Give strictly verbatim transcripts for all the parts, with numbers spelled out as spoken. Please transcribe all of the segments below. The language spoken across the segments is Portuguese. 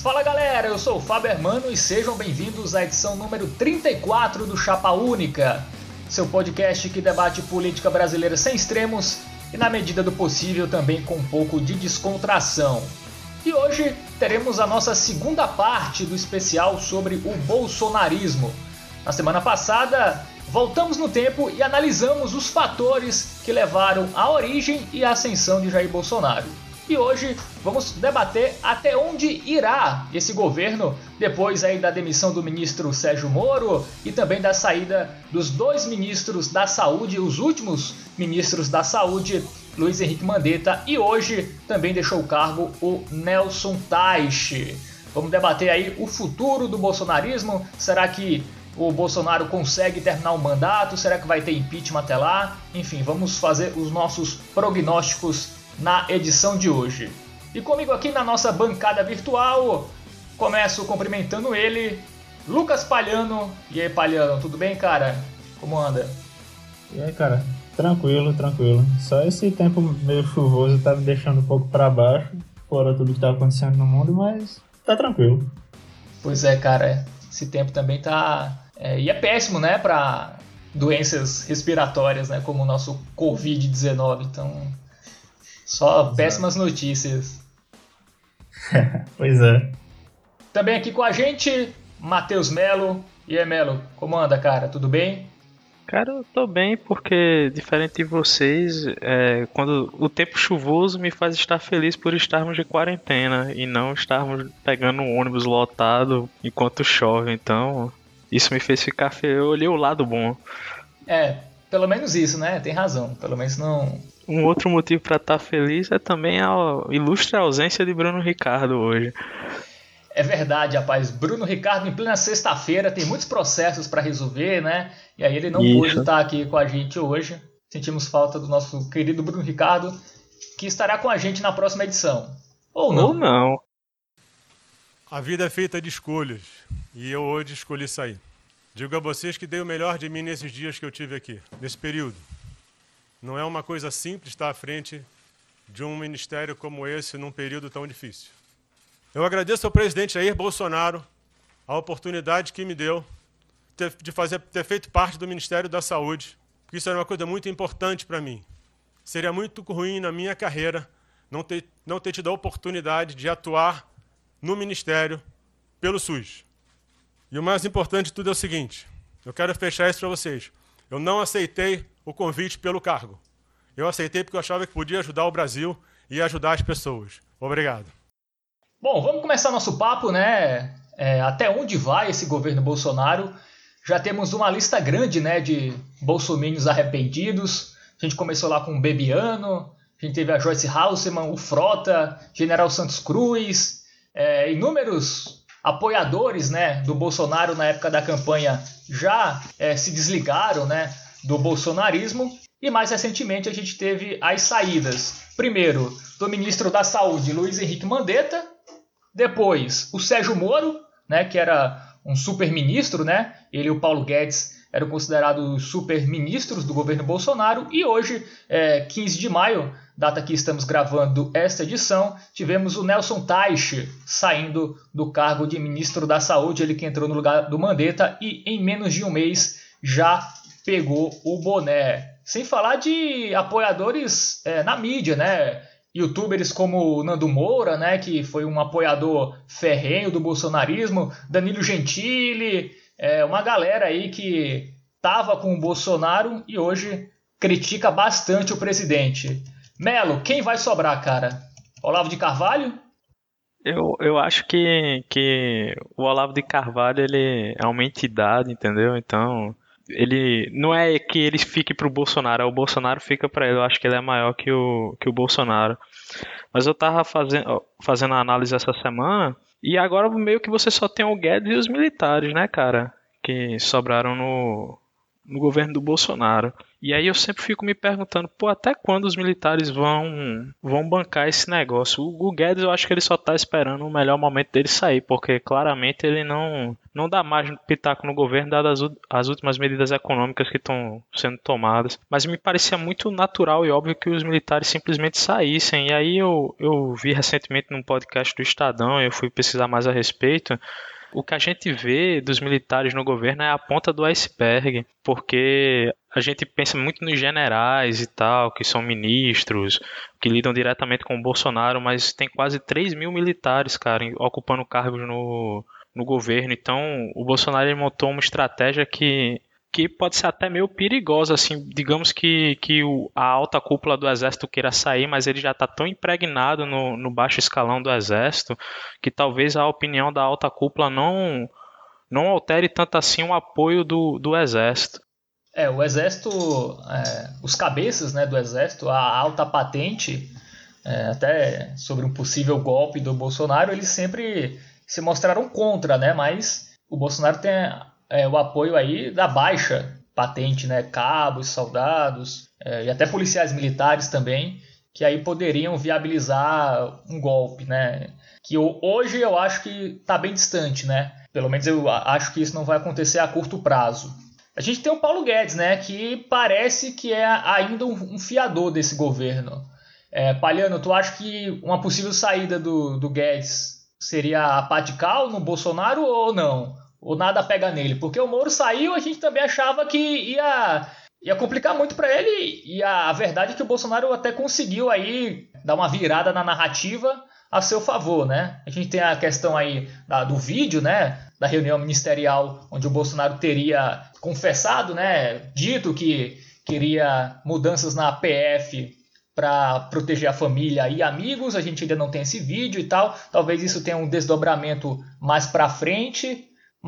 Fala galera, eu sou o Fábio Hermano e sejam bem-vindos à edição número trinta e quatro do Chapa Única, seu podcast que debate política brasileira sem extremos e, na medida do possível, também com um pouco de descontração. E hoje teremos a nossa segunda parte do especial sobre o bolsonarismo. Na semana passada, voltamos no tempo e analisamos os fatores que levaram à origem e à ascensão de Jair Bolsonaro. E hoje vamos debater até onde irá esse governo depois aí da demissão do ministro Sérgio Moro e também da saída dos dois ministros da saúde, os últimos ministros da saúde, Luiz Henrique Mandetta, e hoje também deixou o cargo o Nelson Teich. Vamos debater aí o futuro do bolsonarismo. Será que o Bolsonaro consegue terminar o mandato? Será que vai ter impeachment até lá? Enfim, vamos fazer os nossos prognósticos na edição de hoje. E comigo aqui na nossa bancada virtual, começo cumprimentando ele, Lucas Palhano. E aí, Palhano, tudo bem, cara? Como anda? E aí, cara? Tranquilo, tranquilo. Só esse tempo meio chuvoso tá me deixando um pouco pra baixo, fora tudo que tá acontecendo no mundo, mas tá tranquilo. Pois é, cara, esse tempo também tá... É, e é péssimo, né, pra doenças respiratórias, né, como o nosso covid dezenove, então... Só Exato. Péssimas notícias. Pois é. Também aqui com a gente, Matheus Melo. E aí, Melo, como anda, cara? Tudo bem? Cara, eu tô bem porque, diferente de vocês, é, quando o tempo chuvoso me faz estar feliz por estarmos de quarentena e não estarmos pegando um ônibus lotado enquanto chove. Então, isso me fez ficar feliz. Eu olhei o lado bom. É, pelo menos isso, né? Tem razão. Pelo menos não... Um outro motivo para estar feliz é também a ilustre ausência de Bruno Ricardo hoje. É verdade, rapaz. Bruno Ricardo, em plena sexta-feira, tem muitos processos para resolver, né? E aí ele não Isso. pôde estar aqui com a gente hoje. Sentimos falta do nosso querido Bruno Ricardo, que estará com a gente na próxima edição. Ou não? Ou não. A vida é feita de escolhas. E eu hoje escolhi sair. Digo a vocês que dei o melhor de mim nesses dias que eu tive aqui, nesse período. Não é uma coisa simples estar à frente de um ministério como esse num período tão difícil. Eu agradeço ao presidente Jair Bolsonaro a oportunidade que me deu de fazer, ter feito parte do Ministério da Saúde, porque isso era uma coisa muito importante para mim. Seria muito ruim na minha carreira não ter, não ter tido a oportunidade de atuar no Ministério pelo SUS. E o mais importante de tudo é o seguinte, eu quero fechar isso para vocês. Eu não aceitei o convite pelo cargo. Eu aceitei porque eu achava que podia ajudar o Brasil e ajudar as pessoas. Obrigado. Bom, vamos começar nosso papo, né? É, até onde vai esse governo Bolsonaro? Já temos uma lista grande, né, de bolsominions arrependidos. A gente começou lá com o Bebiano, a gente teve a Joyce Hasselmann, o Frota, General Santos Cruz, é, inúmeros apoiadores, né, do Bolsonaro na época da campanha já é, se desligaram, né, do bolsonarismo. E mais recentemente a gente teve as saídas. Primeiro, do ministro da Saúde, Luiz Henrique Mandetta. Depois, o Sérgio Moro, né, que era um super-ministro, né? Ele e o Paulo Guedes eram considerados super-ministros do governo Bolsonaro. E hoje, é, quinze de maio, data que estamos gravando esta edição, tivemos o Nelson Teich saindo do cargo de ministro da Saúde, ele que entrou no lugar do Mandetta e em menos de um mês já pegou o boné. Sem falar de apoiadores é, na mídia, né? Youtubers como o Nando Moura, né, que foi um apoiador ferrenho do bolsonarismo, Danilo Gentili, é, uma galera aí que estava com o Bolsonaro e hoje critica bastante o presidente. Melo, quem vai sobrar, cara? Olavo de Carvalho? Eu, eu acho que, que o Olavo de Carvalho ele é uma entidade, entendeu? Então... Ele não é que ele fique pro Bolsonaro, é o Bolsonaro fica para ele. Eu acho que ele é maior que o, que o Bolsonaro. Mas eu tava fazendo, fazendo a análise essa semana e agora meio que você só tem o Guedes e os militares, né, cara? Que sobraram no, no governo do Bolsonaro. E aí eu sempre fico me perguntando, pô, até quando os militares vão, vão bancar esse negócio? O, o Guedes, eu acho que ele só tá esperando o melhor momento dele sair, porque claramente ele não, não dá margem de pitaco no governo, dadas as, as últimas medidas econômicas que estão sendo tomadas. Mas me parecia muito natural e óbvio que os militares simplesmente saíssem. E aí eu, eu vi recentemente num podcast do Estadão, eu fui pesquisar mais a respeito. O que a gente vê dos militares no governo é a ponta do iceberg, porque a gente pensa muito nos generais e tal, que são ministros, que lidam diretamente com o Bolsonaro, mas tem quase três mil militares, cara, ocupando cargos no, no governo. Então, o Bolsonaro ele montou uma estratégia que... que pode ser até meio perigosa, assim, digamos que, que o, a alta cúpula do exército queira sair, mas ele já está tão impregnado no, no baixo escalão do exército, que talvez a opinião da alta cúpula não, não altere tanto assim o apoio do, do exército. É, o exército, é, os cabeças, né, do exército, a alta patente, é, até sobre um possível golpe do Bolsonaro, eles sempre se mostraram contra, né, mas o Bolsonaro tem... É, o apoio aí da baixa patente, né? Cabos, soldados é, e até policiais militares também, que aí poderiam viabilizar um golpe, né? Que eu, hoje eu acho que está bem distante, né? Pelo menos eu acho que isso não vai acontecer a curto prazo. A gente tem o Paulo Guedes, né? Que parece que é ainda um, um fiador desse governo. É, Palhano, tu acha que uma possível saída do, do Guedes seria a pá de cal no Bolsonaro ou não? Ou nada pega nele? Porque o Moro saiu, a gente também achava que ia, ia complicar muito para ele. E a, a verdade é que o Bolsonaro até conseguiu aí dar uma virada na narrativa a seu favor, né? A gente tem a questão aí da, do vídeo, né? Da reunião ministerial, onde o Bolsonaro teria confessado, né? Dito que queria mudanças na P F para proteger a família e amigos. A gente ainda não tem esse vídeo e tal. Talvez isso tenha um desdobramento mais para frente.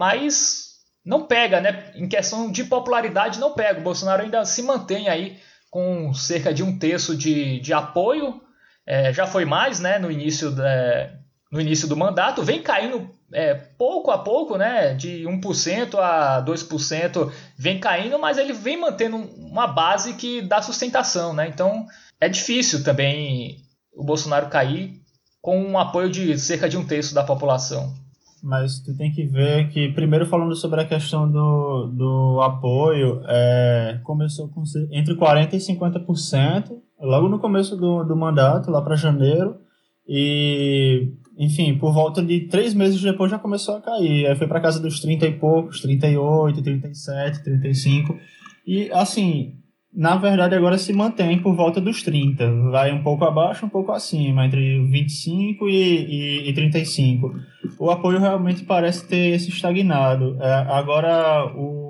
Mas não pega, né? Em questão de popularidade, não pega. O Bolsonaro ainda se mantém aí com cerca de um terço de, de apoio. É, já foi mais, né? No início, da, no início do mandato. Vem caindo é, pouco a pouco, né? De um por cento a dois por cento vem caindo, mas ele vem mantendo uma base que dá sustentação, né? Então é difícil também o Bolsonaro cair com um apoio de cerca de um terço da população. Mas tu tem que ver que, primeiro falando sobre a questão do, do apoio, é, começou com entre quarenta por cento e cinquenta por cento, logo no começo do, do mandato, lá para janeiro, e, enfim, por volta de três meses depois já começou a cair, aí foi para casa dos trinta e poucos, trinta e oito, trinta e sete, trinta e cinco, e assim... Na verdade, agora se mantém por volta dos trinta. Vai um pouco abaixo, um pouco acima, entre vinte e cinco e, e, e trinta e cinco. O apoio realmente parece ter se estagnado. É, agora,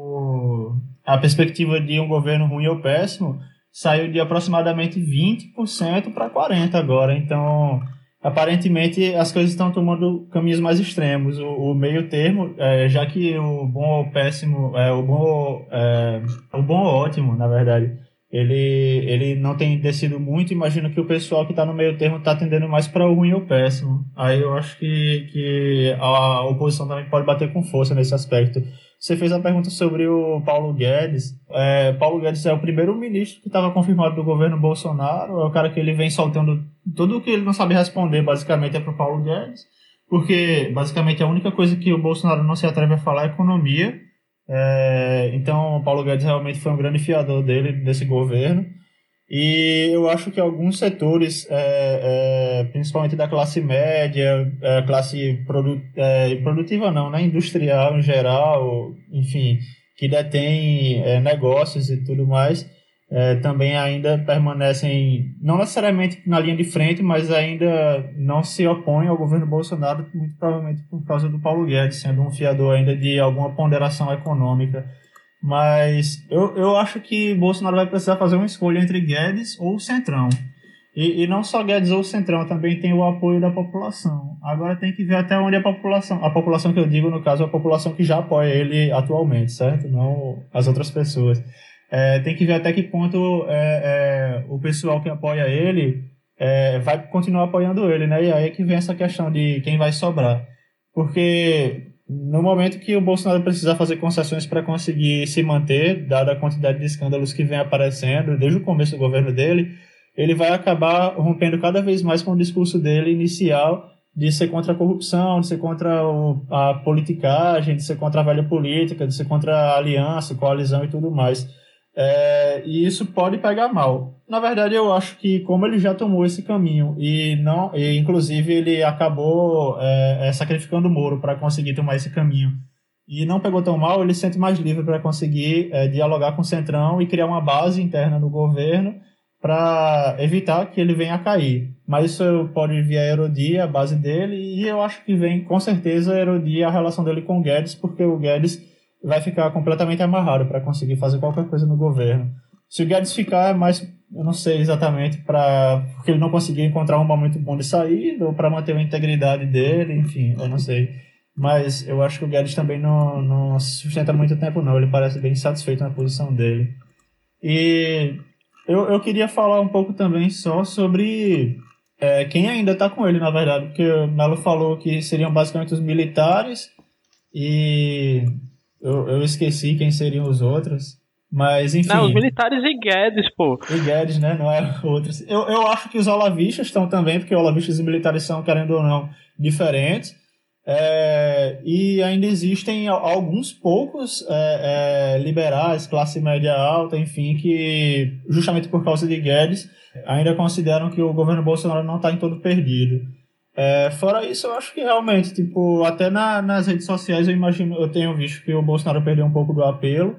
o, a perspectiva de um governo ruim ou péssimo saiu de aproximadamente vinte por cento para quarenta por cento agora. Então, aparentemente, as coisas estão tomando caminhos mais extremos. O, o meio termo, é, já que o bom ou péssimo, é, o bom é, o bom ou ótimo, na verdade, ele, ele não tem descido muito. Imagino que o pessoal que está no meio termo está tendendo mais para o ruim ou péssimo. Aí eu acho que, que a oposição também pode bater com força nesse aspecto. Você fez a pergunta sobre o Paulo Guedes. É, Paulo Guedes é o primeiro ministro que estava confirmado do governo Bolsonaro. É o cara que ele vem soltando tudo o que ele não sabe responder, basicamente, é para o Paulo Guedes. Porque, basicamente, a única coisa que o Bolsonaro não se atreve a falar é economia. É, então, o Paulo Guedes realmente foi um grande fiador dele, desse governo. E eu acho que alguns setores, é, é, principalmente da classe média, é, classe produ é, produtiva não, né, industrial em geral, enfim, que detém é, negócios e tudo mais, é, também ainda permanecem, não necessariamente na linha de frente, mas ainda não se opõem ao governo Bolsonaro, muito provavelmente por causa do Paulo Guedes, sendo um fiador ainda de alguma ponderação econômica. Mas eu, eu acho que Bolsonaro vai precisar fazer uma escolha entre Guedes ou Centrão. E, e não só Guedes ou Centrão, também tem o apoio da população. Agora tem que ver até onde a população... A população que eu digo, no caso, é a população que já apoia ele atualmente, certo? Não as outras pessoas. É, tem que ver até que ponto é, é, o pessoal que apoia ele é, vai continuar apoiando ele, né? E aí é que vem essa questão de quem vai sobrar. Porque... no momento que o Bolsonaro precisar fazer concessões para conseguir se manter, dada a quantidade de escândalos que vem aparecendo desde o começo do governo dele, ele vai acabar rompendo cada vez mais com o discurso dele inicial de ser contra a corrupção, de ser contra o, a politicagem, de ser contra a velha política, de ser contra a aliança, coalizão e tudo mais. É, e isso pode pegar mal. Na verdade, eu acho que como ele já tomou esse caminho e não, e inclusive ele acabou é, é, sacrificando o Moro para conseguir tomar esse caminho e não pegou tão mal, ele se sente mais livre para conseguir é, dialogar com o Centrão e criar uma base interna no governo para evitar que ele venha a cair. Mas isso pode vir a erodir a base dele e eu acho que vem com certeza erodir a relação dele com o Guedes, porque o Guedes vai ficar completamente amarrado para conseguir fazer qualquer coisa no governo. Se o Guedes ficar, é mais, eu não sei exatamente, pra, porque ele não conseguiu encontrar um momento bom de saída ou para manter a integridade dele, enfim, eu não sei. Mas eu acho que o Guedes também não, não sustenta muito tempo, não. Ele parece bem satisfeito na posição dele. E eu, eu queria falar um pouco também só sobre é, quem ainda está com ele, na verdade, porque o Melo falou que seriam basicamente os militares e... Eu, eu esqueci quem seriam os outros, mas enfim... Não, os militares e Guedes, pô. E Guedes, né? Não é outros. Eu, eu acho que os olavistas estão também, porque olavistas e militares são, querendo ou não, diferentes. É, e ainda existem alguns poucos é, é, liberais, classe média alta, enfim, que justamente por causa de Guedes ainda consideram que o governo Bolsonaro não está em todo perdido. É, fora isso, eu acho que realmente, tipo, até na, nas redes sociais eu imagino, eu tenho visto que o Bolsonaro perdeu um pouco do apelo,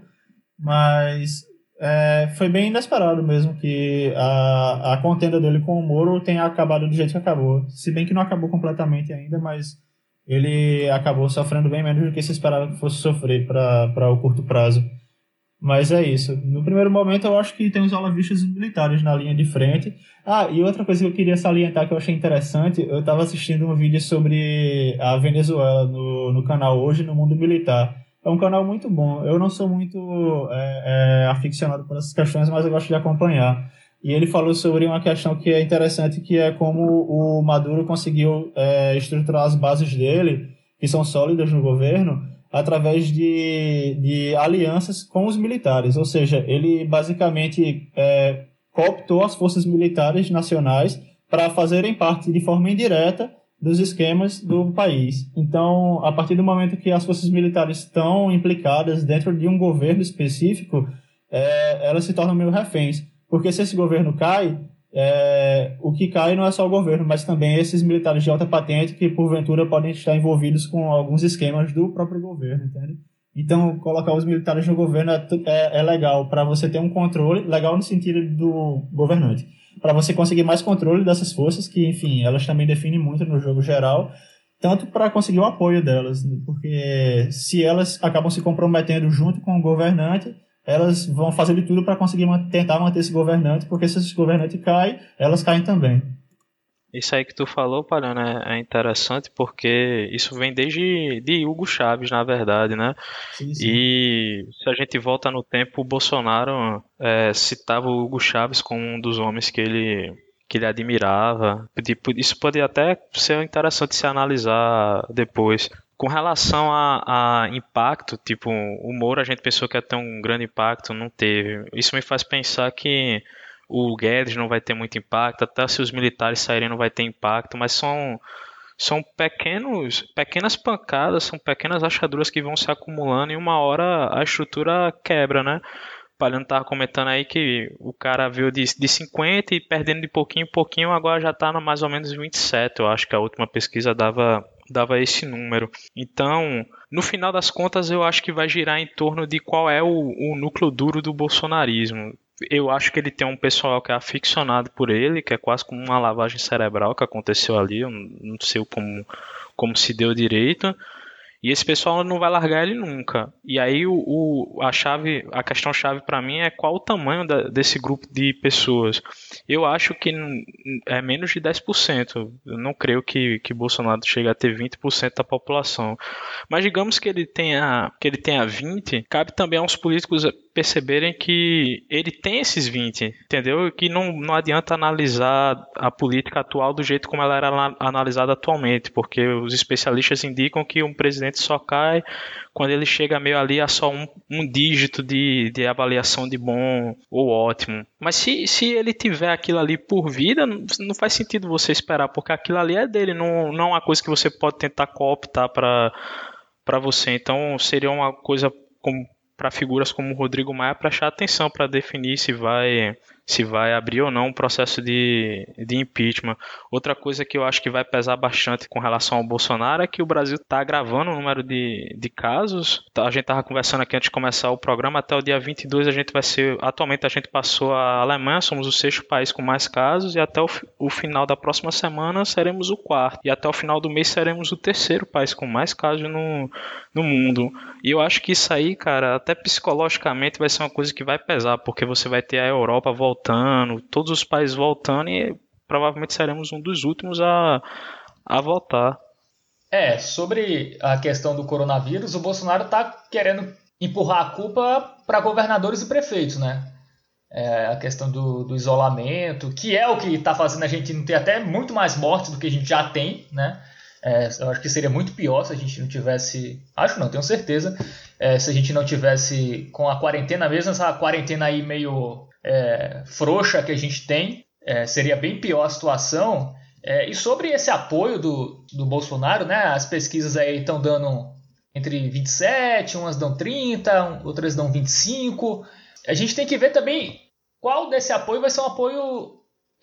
mas é, foi bem inesperado mesmo que a, a contenda dele com o Moro tenha acabado do jeito que acabou. Se bem que não acabou completamente ainda, mas ele acabou sofrendo bem menos do que se esperava que fosse sofrer para o curto prazo. Mas é isso. No primeiro momento, eu acho que tem os olavistas militares na linha de frente. Ah, e outra coisa que eu queria salientar que eu achei interessante, eu estava assistindo um vídeo sobre a Venezuela no, no canal Hoje no Mundo Militar. É um canal muito bom. Eu não sou muito é, é, aficionado por essas questões, mas eu gosto de acompanhar. E ele falou sobre uma questão que é interessante, que é como o Maduro conseguiu é, estruturar as bases dele, que são sólidas no governo, através de, de alianças com os militares. Ou seja, ele basicamente é, cooptou as forças militares nacionais para fazerem parte de forma indireta dos esquemas do país. Então, a partir do momento que as forças militares estão implicadas dentro de um governo específico, é, elas se tornam meio reféns. Porque se esse governo cai, é, o que cai não é só o governo, mas também esses militares de alta patente que, porventura, podem estar envolvidos com alguns esquemas do próprio governo, entende? Então, colocar os militares no governo é, é, é legal para você ter um controle, legal no sentido do governante, para você conseguir mais controle dessas forças, que, enfim, elas também definem muito no jogo geral, tanto para conseguir o apoio delas, porque se elas acabam se comprometendo junto com o governante, elas vão fazer de tudo para conseguir man- tentar manter esse governante, porque se esse governante cai, elas caem também. Isso aí que tu falou, Palhano, é é interessante porque isso vem desde de Hugo Chávez, na verdade, né? Sim, sim. E se a gente volta no tempo, o Bolsonaro é, citava o Hugo Chávez como um dos homens que ele, que ele admirava. Tipo, isso pode até ser interessante se analisar depois. Com relação a, a impacto, tipo, o Moro a gente pensou que ia ter um grande impacto, não teve. Isso me faz pensar que o Guedes não vai ter muito impacto, até se os militares saírem não vai ter impacto, mas são, são pequenos, pequenas pancadas, são pequenas achaduras que vão se acumulando e uma hora a estrutura quebra, né? O Palhano estava comentando aí que o cara veio de, de cinquenta e perdendo de pouquinho em pouquinho, agora já está mais ou menos vinte e sete, eu acho que a última pesquisa dava... dava esse número. Então, no final das contas, eu acho que vai girar em torno de qual é o, o núcleo duro do bolsonarismo. Eu acho que ele tem um pessoal que é aficionado por ele, que é quase como uma lavagem cerebral que aconteceu ali, eu não sei como, como se deu direito. E esse pessoal não vai largar ele nunca. E aí o, o, a, chave, a questão chave para mim é qual o tamanho da, desse grupo de pessoas. Eu acho que é menos de dez por cento. Eu não creio que, que Bolsonaro chegue a ter vinte por cento da população. Mas digamos que ele tenha, que ele tenha vinte por cento, cabe também aos políticos perceberem que ele tem esses vinte, entendeu? Que não, não adianta analisar a política atual do jeito como ela era analisada atualmente, porque os especialistas indicam que um presidente só cai quando ele chega meio ali a só um, um dígito de, de avaliação de bom ou ótimo. Mas se, se ele tiver aquilo ali por vida, não, não faz sentido você esperar, porque aquilo ali é dele, não, não é uma coisa que você pode tentar cooptar para para você. Então seria uma coisa como para figuras como o Rodrigo Maia prestar atenção para definir se vai, se vai abrir ou não um processo de, de impeachment. Outra coisa que eu acho que vai pesar bastante com relação ao Bolsonaro é que o Brasil está agravando o número de, de casos. A gente estava conversando aqui antes de começar o programa, até o dia vinte e dois a gente vai ser, atualmente a gente passou a Alemanha, somos o sexto país com mais casos, e até o, o final da próxima semana seremos o quarto, e até o final do mês seremos o terceiro país com mais casos no, no mundo. E eu acho que isso aí, cara, até psicologicamente vai ser uma coisa que vai pesar, porque você vai ter a Europa voltando, todos os países voltando, e provavelmente seremos um dos últimos a, a votar. É, sobre a questão do coronavírus, o Bolsonaro está querendo empurrar a culpa para governadores e prefeitos, né? É, a questão do, do isolamento, que é o que está fazendo a gente não ter até muito mais mortes do que a gente já tem, né? É, eu acho que seria muito pior se a gente não tivesse... Acho não, tenho certeza. É, se a gente não tivesse com a quarentena, mesmo essa quarentena aí meio é, frouxa que a gente tem, é, seria bem pior a situação. É, e sobre esse apoio do, do Bolsonaro, né, as pesquisas aí estão dando entre vinte e sete, umas dão trinta, outras dão vinte e cinco. A gente tem que ver também qual desse apoio vai ser um apoio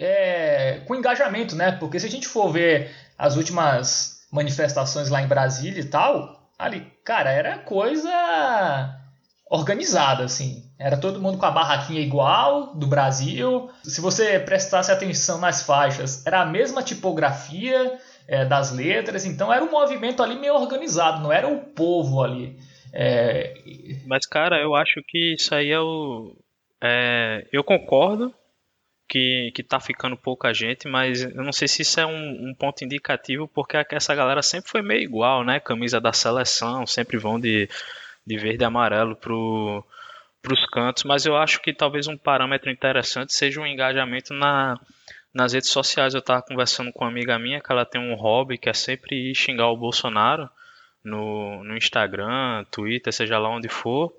é, com engajamento, né? Porque se a gente for ver as últimas manifestações lá em Brasília e tal, ali, cara, era coisa organizada, assim. Era todo mundo com a barraquinha igual do Brasil. Se você prestasse atenção nas faixas, era a mesma tipografia é, das letras. Então era um movimento ali meio organizado, não era o povo ali. É... Mas, cara, eu acho que isso aí é o... É... Eu concordo que, que tá ficando pouca gente, mas eu não sei se isso é um, um ponto indicativo, porque essa galera sempre foi meio igual, né? Camisa da seleção, sempre vão de, de verde e amarelo pro... para os cantos, mas eu acho que talvez um parâmetro interessante seja o engajamento na, nas redes sociais. Eu estava conversando com uma amiga minha que ela tem um hobby que é sempre ir xingar o Bolsonaro no, no Instagram, Twitter, seja lá onde for,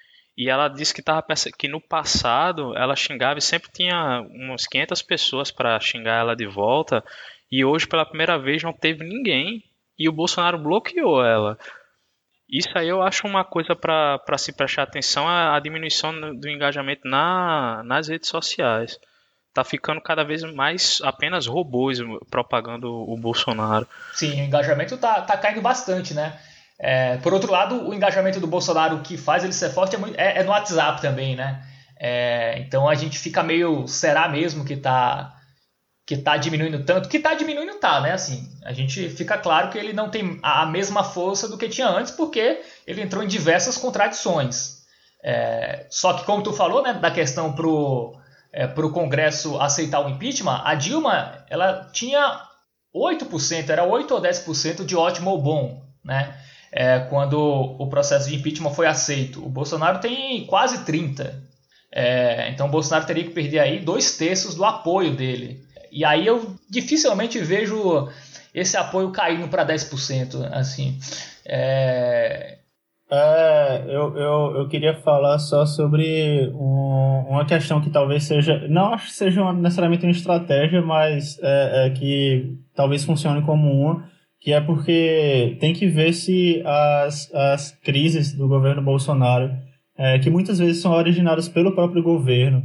e ela disse que, tava, que no passado ela xingava e sempre tinha umas quinhentas pessoas para xingar ela de volta, e hoje pela primeira vez não teve ninguém e o Bolsonaro bloqueou ela. Isso aí eu acho uma coisa para se prestar atenção, a, a diminuição do engajamento na, nas redes sociais. Tá ficando cada vez mais apenas robôs propagando o Bolsonaro. Sim, o engajamento tá, tá caindo bastante, né? É, por outro lado, o engajamento do Bolsonaro que faz ele ser forte é, muito, é, é no WhatsApp também, né? É, então a gente fica meio, será mesmo que tá... que tá diminuindo tanto, que tá diminuindo tá, né, assim, a gente fica claro que ele não tem a mesma força do que tinha antes, porque ele entrou em diversas contradições, é, só que como tu falou, né, da questão pro, é, pro Congresso aceitar o impeachment, a Dilma, ela tinha oito por cento, era oito ou dez por cento de ótimo ou bom, né, é, quando o processo de impeachment foi aceito. O Bolsonaro tem quase trinta por cento, é, então o Bolsonaro teria que perder aí dois terços do apoio dele. E aí eu dificilmente vejo esse apoio caindo para dez por cento, assim. É... É, eu, eu, eu queria falar só sobre um, uma questão que talvez seja, não acho que seja necessariamente uma estratégia, mas é, é que talvez funcione como uma, que é porque tem que ver se as, as crises do governo Bolsonaro, é, que muitas vezes são originadas pelo próprio governo,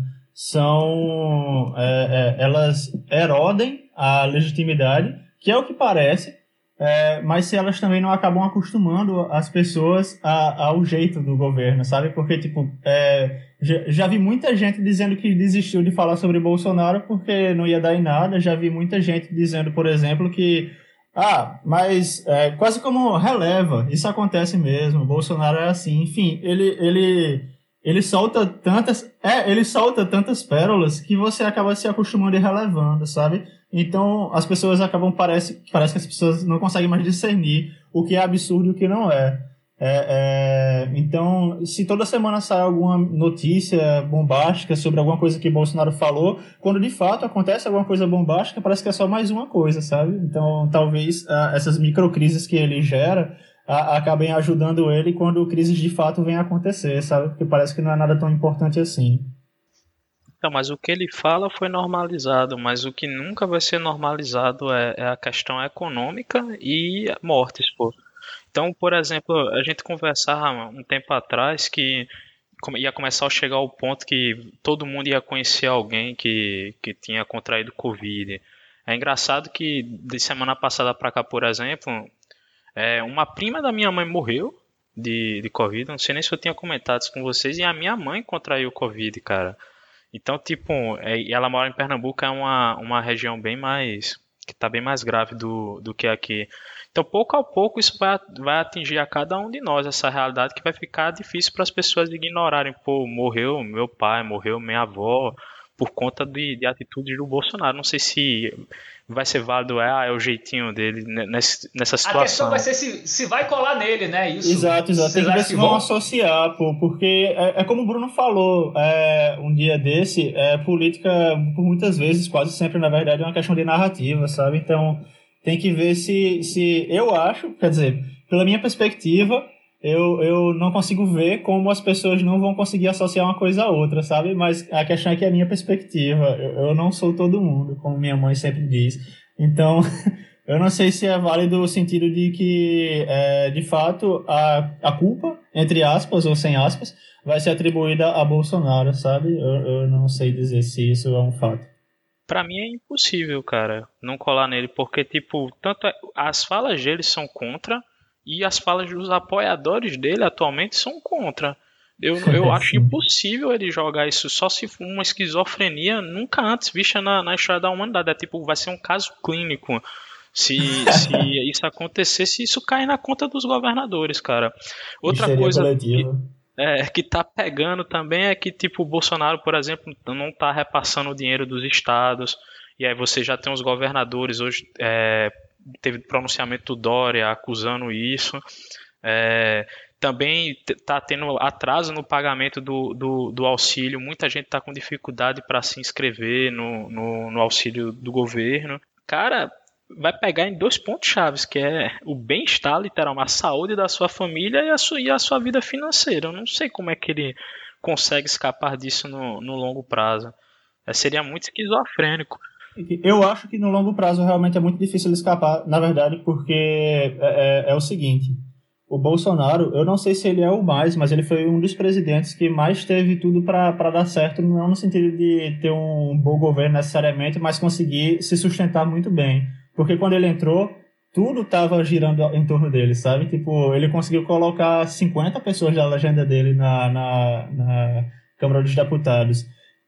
são é, é, elas erodem a legitimidade, que é o que parece, é, mas se elas também não acabam acostumando as pessoas a, ao jeito do governo, sabe? Porque, tipo, é, já, já vi muita gente dizendo que desistiu de falar sobre Bolsonaro porque não ia dar em nada. Já vi muita gente dizendo, por exemplo, que ah, mas é, quase como releva, isso acontece mesmo, Bolsonaro é assim, enfim, ele... ele Ele solta tantas, é, ele solta tantas pérolas que você acaba se acostumando e relevando, sabe? Então, as pessoas acabam, parece, parece que as pessoas não conseguem mais discernir o que é absurdo e o que não é. É, é, então, se toda semana sai alguma notícia bombástica sobre alguma coisa que Bolsonaro falou, quando de fato acontece alguma coisa bombástica, parece que é só mais uma coisa, sabe? Então, talvez ah, essas microcrises que ele gera ah, acabem ajudando ele quando crises de fato vêm a acontecer, sabe? Porque parece que não é nada tão importante assim. Então, mas o que ele fala foi normalizado, mas o que nunca vai ser normalizado é, é a questão econômica e mortes, pô. Então, por exemplo, a gente conversava um tempo atrás que ia começar a chegar ao ponto que todo mundo ia conhecer alguém que, que tinha contraído Covid. É engraçado que de semana passada para cá, por exemplo, é, uma prima da minha mãe morreu de, de Covid. Não sei nem se eu tinha comentado isso com vocês. E a minha mãe contraiu Covid, cara. Então, tipo, é, ela mora em Pernambuco, é uma, uma região bem mais... que está bem mais grave do, do que aqui. Então, pouco a pouco, isso vai, vai atingir a cada um de nós, essa realidade que vai ficar difícil para as pessoas ignorarem. Pô, morreu meu pai, morreu minha avó, por conta de, de atitudes do Bolsonaro. Não sei se vai ser válido, é, ah, é o jeitinho dele nessa, nessa situação. A questão vai ser se, se vai colar nele, né? Isso. Exato, exato. Tem que ver se vão vão associar, pô, porque é, é como o Bruno falou é, um dia desse, é, política, por muitas vezes, quase sempre, na verdade, é uma questão de narrativa, sabe? Então, tem que ver se, se eu acho, quer dizer, pela minha perspectiva, eu, eu não consigo ver como as pessoas não vão conseguir associar uma coisa a outra, sabe? Mas a questão é que é a minha perspectiva. Eu, eu não sou todo mundo, como minha mãe sempre diz. Então, eu não sei se é válido o sentido de que, é, de fato, a, a culpa, entre aspas ou sem aspas, vai ser atribuída a Bolsonaro, sabe? Eu, eu não sei dizer se isso é um fato. Pra mim é impossível, cara, não colar nele, porque, tipo, tanto as falas dele são contra e as falas dos apoiadores dele atualmente são contra. Eu, eu acho impossível ele jogar isso, só se for uma esquizofrenia nunca antes vista na, na história da humanidade. É tipo, vai ser um caso clínico se, se isso acontecer, se isso cair na conta dos governadores, cara. Outra coisa que, é, que tá pegando também é que, tipo, o Bolsonaro, por exemplo, não tá repassando o dinheiro dos estados, e aí você já tem os governadores hoje, é, teve pronunciamento do Dória acusando isso, é, também está tendo atraso no pagamento do, do, do auxílio, muita gente está com dificuldade para se inscrever no, no, no auxílio do governo. Cara, vai pegar em dois pontos chaves, que é o bem-estar, literalmente, a saúde da sua família e a sua, e a sua vida financeira. Eu não sei como é que ele consegue escapar disso no, no longo prazo. É, seria muito esquizofrênico. Eu acho que no longo prazo realmente é muito difícil ele escapar, na verdade, porque é, é, é o seguinte, o Bolsonaro, eu não sei se ele é o mais, mas ele foi um dos presidentes que mais teve tudo para dar certo, não no sentido de ter um bom governo necessariamente, mas conseguir se sustentar muito bem. Porque quando ele entrou, tudo estava girando em torno dele, sabe? Tipo, ele conseguiu colocar cinquenta pessoas da legenda dele na, na, na Câmara dos Deputados.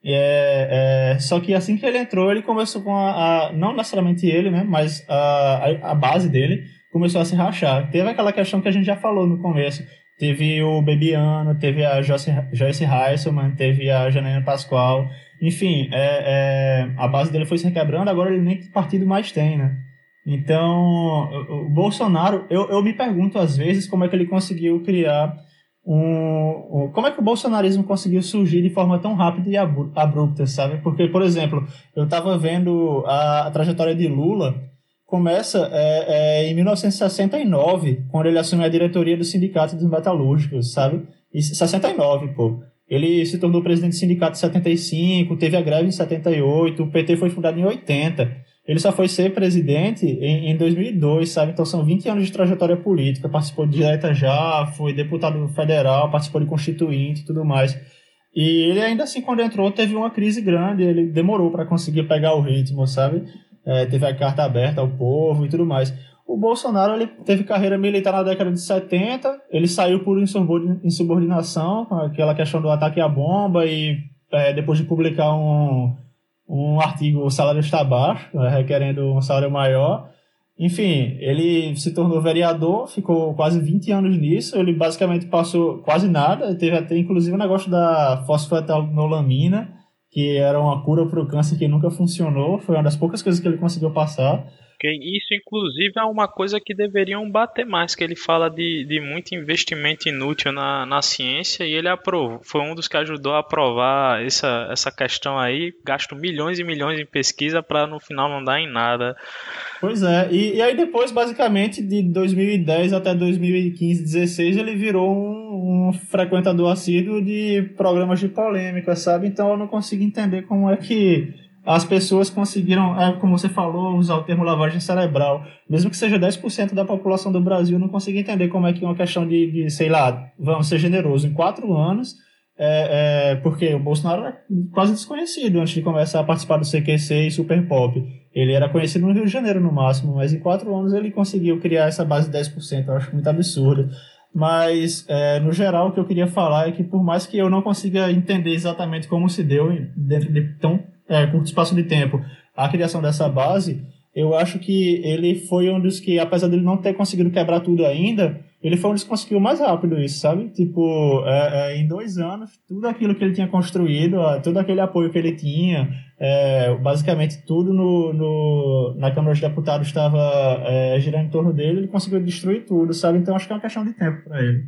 É, é, só que assim que ele entrou, ele começou com a, a não necessariamente ele, né, mas a, a, a base dele começou a se rachar. Teve aquela questão que a gente já falou no começo. Teve o Bebiano, teve a Joyce, Joyce Heisselman, teve a Janaína Pascoal. Enfim, é, é, a base dele foi se requebrando, agora ele nem partido mais tem, né? Então, o, o Bolsonaro, eu, eu me pergunto às vezes como é que ele conseguiu criar Um, como é que o bolsonarismo conseguiu surgir de forma tão rápida e abrupta, sabe? Porque, por exemplo, eu estava vendo a, a trajetória de Lula, começa é, é, em mil novecentos e sessenta e nove, quando ele assume a diretoria do Sindicato dos Metalúrgicos, sabe? Em sessenta e nove, pô. Ele se tornou presidente do sindicato em setenta e cinco, teve a greve em setenta e oito, o P T foi fundado em oitenta. Ele só foi ser presidente em, em dois mil e dois, sabe? Então são vinte anos de trajetória política, participou de direta já, foi deputado federal, participou de constituinte e tudo mais. E ele ainda assim, quando entrou, teve uma crise grande, ele demorou para conseguir pegar o ritmo, sabe? É, teve a carta aberta ao povo e tudo mais. O Bolsonaro, ele teve carreira militar na década de setenta, ele saiu por insubordinação, aquela questão do ataque à bomba, e é, depois de publicar um... um artigo, o salário está baixo, requerendo um salário maior. Enfim, ele se tornou vereador, ficou quase vinte anos nisso, ele basicamente passou quase nada, teve até inclusive o negócio da fosfetanolamina, que era uma cura para o câncer que nunca funcionou, foi uma das poucas coisas que ele conseguiu passar. Isso, inclusive, é uma coisa que deveriam bater mais, que ele fala de, de muito investimento inútil na, na ciência, e ele aprovou, foi um dos que ajudou a aprovar essa, essa questão aí, gasto milhões e milhões em pesquisa para no final não dar em nada. Pois é, e, e aí depois, basicamente, de dois mil e dez até dois mil e quinze, dezesseis, ele virou um, um frequentador assíduo de programas de polêmica, sabe? Então eu não consigo entender como é que as pessoas conseguiram, é, como você falou, usar o termo lavagem cerebral. Mesmo que seja dez por cento da população do Brasil, não consigo entender como é que uma questão de, de sei lá, vamos ser generosos, em quatro anos, é, é, porque o Bolsonaro era quase desconhecido antes de começar a participar do C Q C e Super Pop. Ele era conhecido no Rio de Janeiro, no máximo, mas em quatro anos ele conseguiu criar essa base de dez por cento. Eu acho muito absurdo. Mas, é, no geral, o que eu queria falar é que, por mais que eu não consiga entender exatamente como se deu dentro de tão É, curto espaço de tempo, a criação dessa base, eu acho que ele foi um dos que, apesar dele não ter conseguido quebrar tudo ainda, ele foi um dos que conseguiu mais rápido isso, sabe? Tipo, é, é, em dois anos, tudo aquilo que ele tinha construído, todo aquele apoio que ele tinha, é, basicamente tudo no, no, na Câmara dos Deputados estava é, girando em torno dele, ele conseguiu destruir tudo, sabe? Então acho que é uma questão de tempo para ele.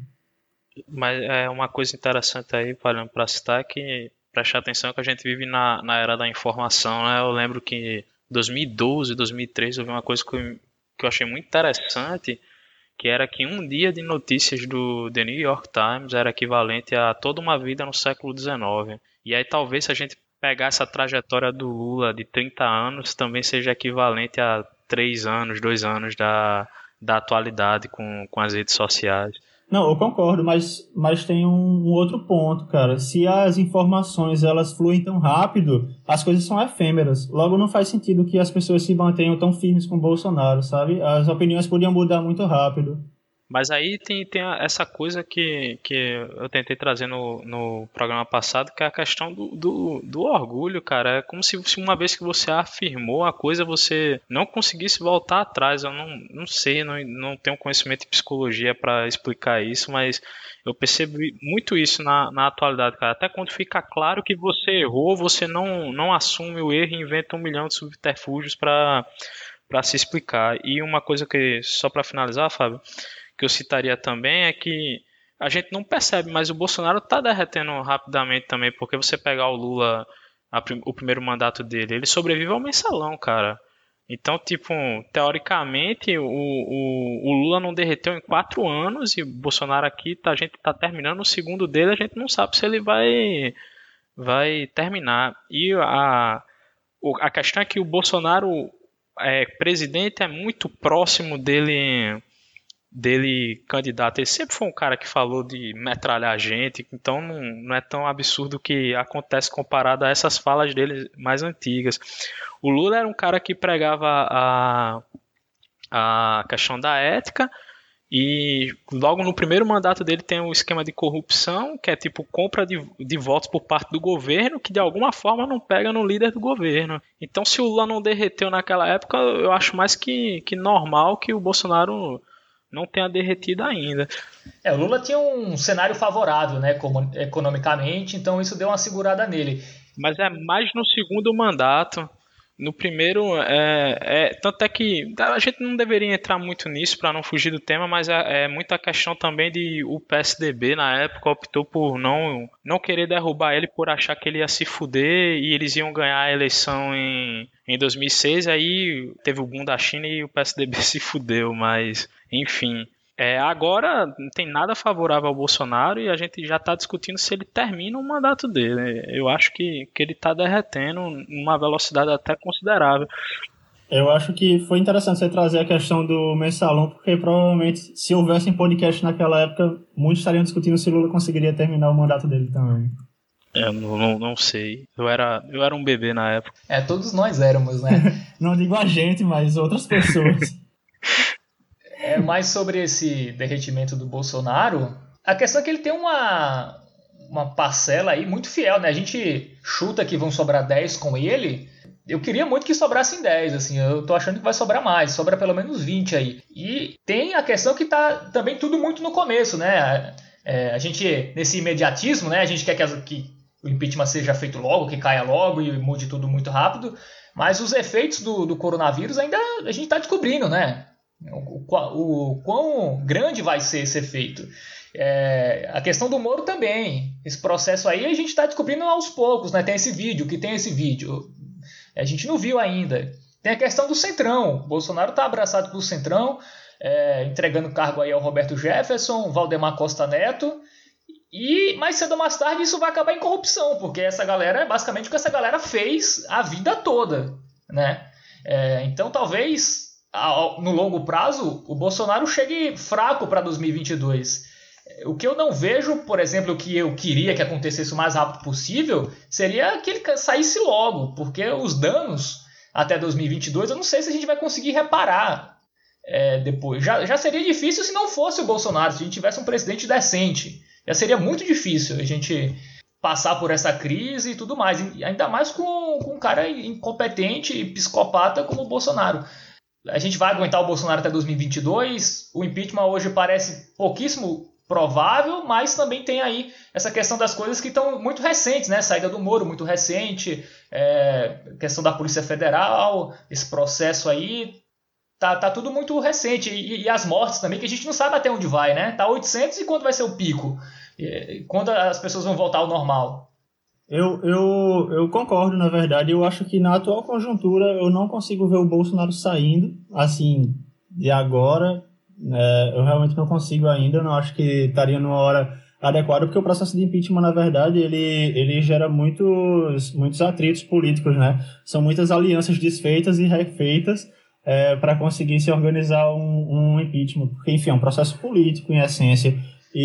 Mas é uma coisa interessante aí, para citar, que prestar atenção que a gente vive na, na era da informação, né? Eu lembro que em dois mil e doze, dois mil e treze, houve uma coisa que eu, que eu achei muito interessante, que era que um dia de notícias do The New York Times era equivalente a toda uma vida no século dezenove. E aí talvez se a gente pegar essa trajetória do Lula de trinta anos, também seja equivalente a três anos, dois anos da, da atualidade com, com as redes sociais. Não, eu concordo, mas, mas tem um, um outro ponto, cara. Se as informações elas fluem tão rápido, as coisas são efêmeras. Logo, não faz sentido que as pessoas se mantenham tão firmes com o Bolsonaro, sabe? As opiniões podiam mudar muito rápido. Mas aí tem, tem essa coisa que, que eu tentei trazer no, no programa passado, que é a questão do, do, do orgulho, cara. É como se, se uma vez que você afirmou a coisa, você não conseguisse voltar atrás. Eu não, não sei, não, não tenho conhecimento de psicologia para explicar isso, mas eu percebi muito isso na, na atualidade, cara. Até quando fica claro que você errou, você não, não assume o erro e inventa um milhão de subterfúgios para para se explicar. E uma coisa que, só para finalizar, Fábio, que eu citaria também é que a gente não percebe, mas o Bolsonaro está derretendo rapidamente também, porque você pegar o Lula, a, o primeiro mandato dele, ele sobrevive ao mensalão, cara. Então, tipo, teoricamente, o, o, o Lula não derreteu em quatro anos e o Bolsonaro aqui, tá, a gente está terminando o segundo dele, a gente não sabe se ele vai, vai terminar. E a, a questão é que o Bolsonaro, é, presidente, é muito próximo dele... dele candidato, ele sempre foi um cara que falou de metralhar a gente, então não, não é tão absurdo que acontece comparado a essas falas dele mais antigas. O Lula era um cara que pregava a, a questão da ética, e logo no primeiro mandato dele tem um esquema de corrupção, que é tipo compra de, de votos por parte do governo, que de alguma forma não pega no líder do governo. Então se o Lula não derreteu naquela época, eu acho mais que, que normal que o Bolsonaro não tenha derretido ainda. É, o Lula tinha um cenário favorável, né, como, economicamente, então isso deu uma segurada nele. Mas é mais no segundo mandato. No primeiro, é, é, tanto é que a gente não deveria entrar muito nisso para não fugir do tema, mas é, é muita questão também de o P S D B na época optou por não, não querer derrubar ele por achar que ele ia se fuder e eles iam ganhar a eleição em, em dois mil e seis, aí teve o boom da China e o P S D B se fudeu, mas enfim. É, agora não tem nada favorável ao Bolsonaro e a gente já está discutindo se ele termina o mandato dele. Eu acho que, que ele está derretendo numa velocidade até considerável. Eu acho que foi interessante você trazer a questão do mensalão, porque provavelmente se houvesse um podcast naquela época, muitos estariam discutindo se Lula conseguiria terminar o mandato dele também. Eu não, não, não sei. Eu era, eu era um bebê na época. É, todos nós éramos, né? Não digo a gente, mas outras pessoas. É, mais sobre esse derretimento do Bolsonaro, a questão é que ele tem uma, uma parcela aí muito fiel, né? A gente chuta que vão sobrar dez com ele. Eu queria muito que sobrassem dez, assim, eu tô achando que vai sobrar mais, sobra pelo menos vinte aí. E tem a questão que tá também tudo muito no começo, né? É, a gente, nesse imediatismo, né? A gente quer que, as, que o impeachment seja feito logo, que caia logo e mude tudo muito rápido, mas os efeitos do, do coronavírus ainda a gente está descobrindo, né? O, o, o quão grande vai ser esse efeito. É, a questão do Moro também. Esse processo aí a gente está descobrindo aos poucos, né? Tem esse vídeo, que tem esse vídeo. A gente não viu ainda. Tem a questão do Centrão. O Bolsonaro está abraçado com o Centrão, é, entregando cargo aí ao Roberto Jefferson, Valdemar Costa Neto. E mais cedo ou mais tarde isso vai acabar em corrupção, porque essa galera é basicamente o que essa galera fez a vida toda, né? É, então talvez no longo prazo o Bolsonaro chegue fraco para dois mil e vinte e dois. O que eu não vejo, por exemplo, o que eu queria que acontecesse o mais rápido possível, seria que ele saísse logo, porque os danos até dois mil e vinte e dois eu não sei se a gente vai conseguir reparar é, depois. Já, já seria difícil se não fosse o Bolsonaro, se a gente tivesse um presidente decente. Já seria muito difícil a gente passar por essa crise e tudo mais, ainda mais com, com um cara incompetente e psicopata como o Bolsonaro. A gente vai aguentar o Bolsonaro até dois mil e vinte e dois, o impeachment hoje parece pouquíssimo provável, mas também tem aí essa questão das coisas que estão muito recentes, né? Saída do Moro muito recente, é, questão da Polícia Federal, esse processo aí, tá, tá tudo muito recente. E, e as mortes também, que a gente não sabe até onde vai, né? Tá oitocentos e quando vai ser o pico? E, quando as pessoas vão voltar ao normal? Eu, eu, eu concordo, na verdade. Eu acho que na atual conjuntura eu não consigo ver o Bolsonaro saindo, assim, de agora. É, eu realmente não consigo ainda, não acho que estaria numa hora adequada, porque o processo de impeachment, na verdade, ele, ele gera muitos, muitos atritos políticos, né? São muitas alianças desfeitas e refeitas é, para conseguir se organizar um, um impeachment, porque, enfim, é um processo político, em essência,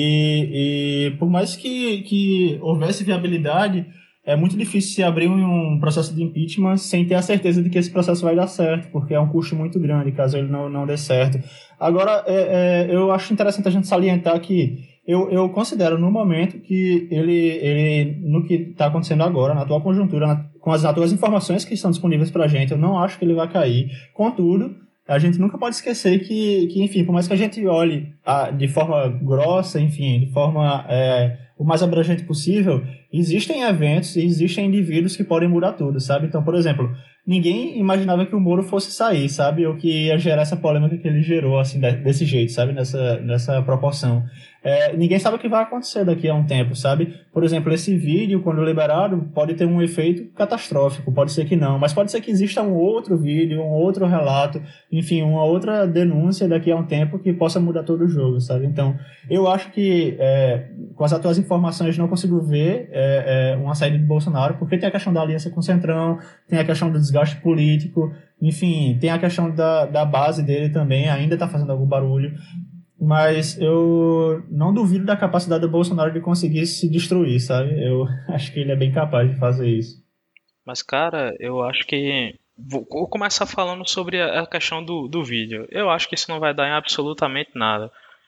e, e por mais que, que houvesse viabilidade, é muito difícil se abrir um processo de impeachment sem ter a certeza de que esse processo vai dar certo, porque é um custo muito grande caso ele não, não dê certo. Agora, é, é, eu acho interessante a gente salientar que eu, eu considero no momento que ele, ele no que está acontecendo agora, na atual conjuntura, na, com as atuais informações que estão disponíveis para a gente, eu não acho que ele vai cair. Contudo, a gente nunca pode esquecer que, que enfim, por mais que a gente olhe a, de forma grossa, enfim, de forma é, o mais abrangente possível, existem eventos e existem indivíduos que podem mudar tudo, sabe? Então, por exemplo, ninguém imaginava que o Moro fosse sair, sabe? Ou que ia gerar essa polêmica que ele gerou, assim, desse jeito, sabe? Nessa, nessa proporção. É, ninguém sabe o que vai acontecer daqui a um tempo, sabe? Por exemplo, esse vídeo, quando liberado, pode ter um efeito catastrófico, pode ser que não, mas pode ser que exista um outro vídeo, um outro relato, enfim, uma outra denúncia daqui a um tempo que possa mudar todo o jogo, sabe? Então, eu acho que é, com as atuais informações não consigo ver é, é, uma saída do Bolsonaro, porque tem a questão da aliança com o Centrão, tem a questão do desgaste político, enfim, tem a questão da, da base dele também, ainda está fazendo algum barulho. Mas eu não duvido da capacidade do Bolsonaro de conseguir se destruir, sabe? Eu acho que ele é bem capaz de fazer isso. Mas, cara, eu acho que... Vou começar falando sobre a questão do, do vídeo. Eu acho que isso não vai dar em absolutamente nada.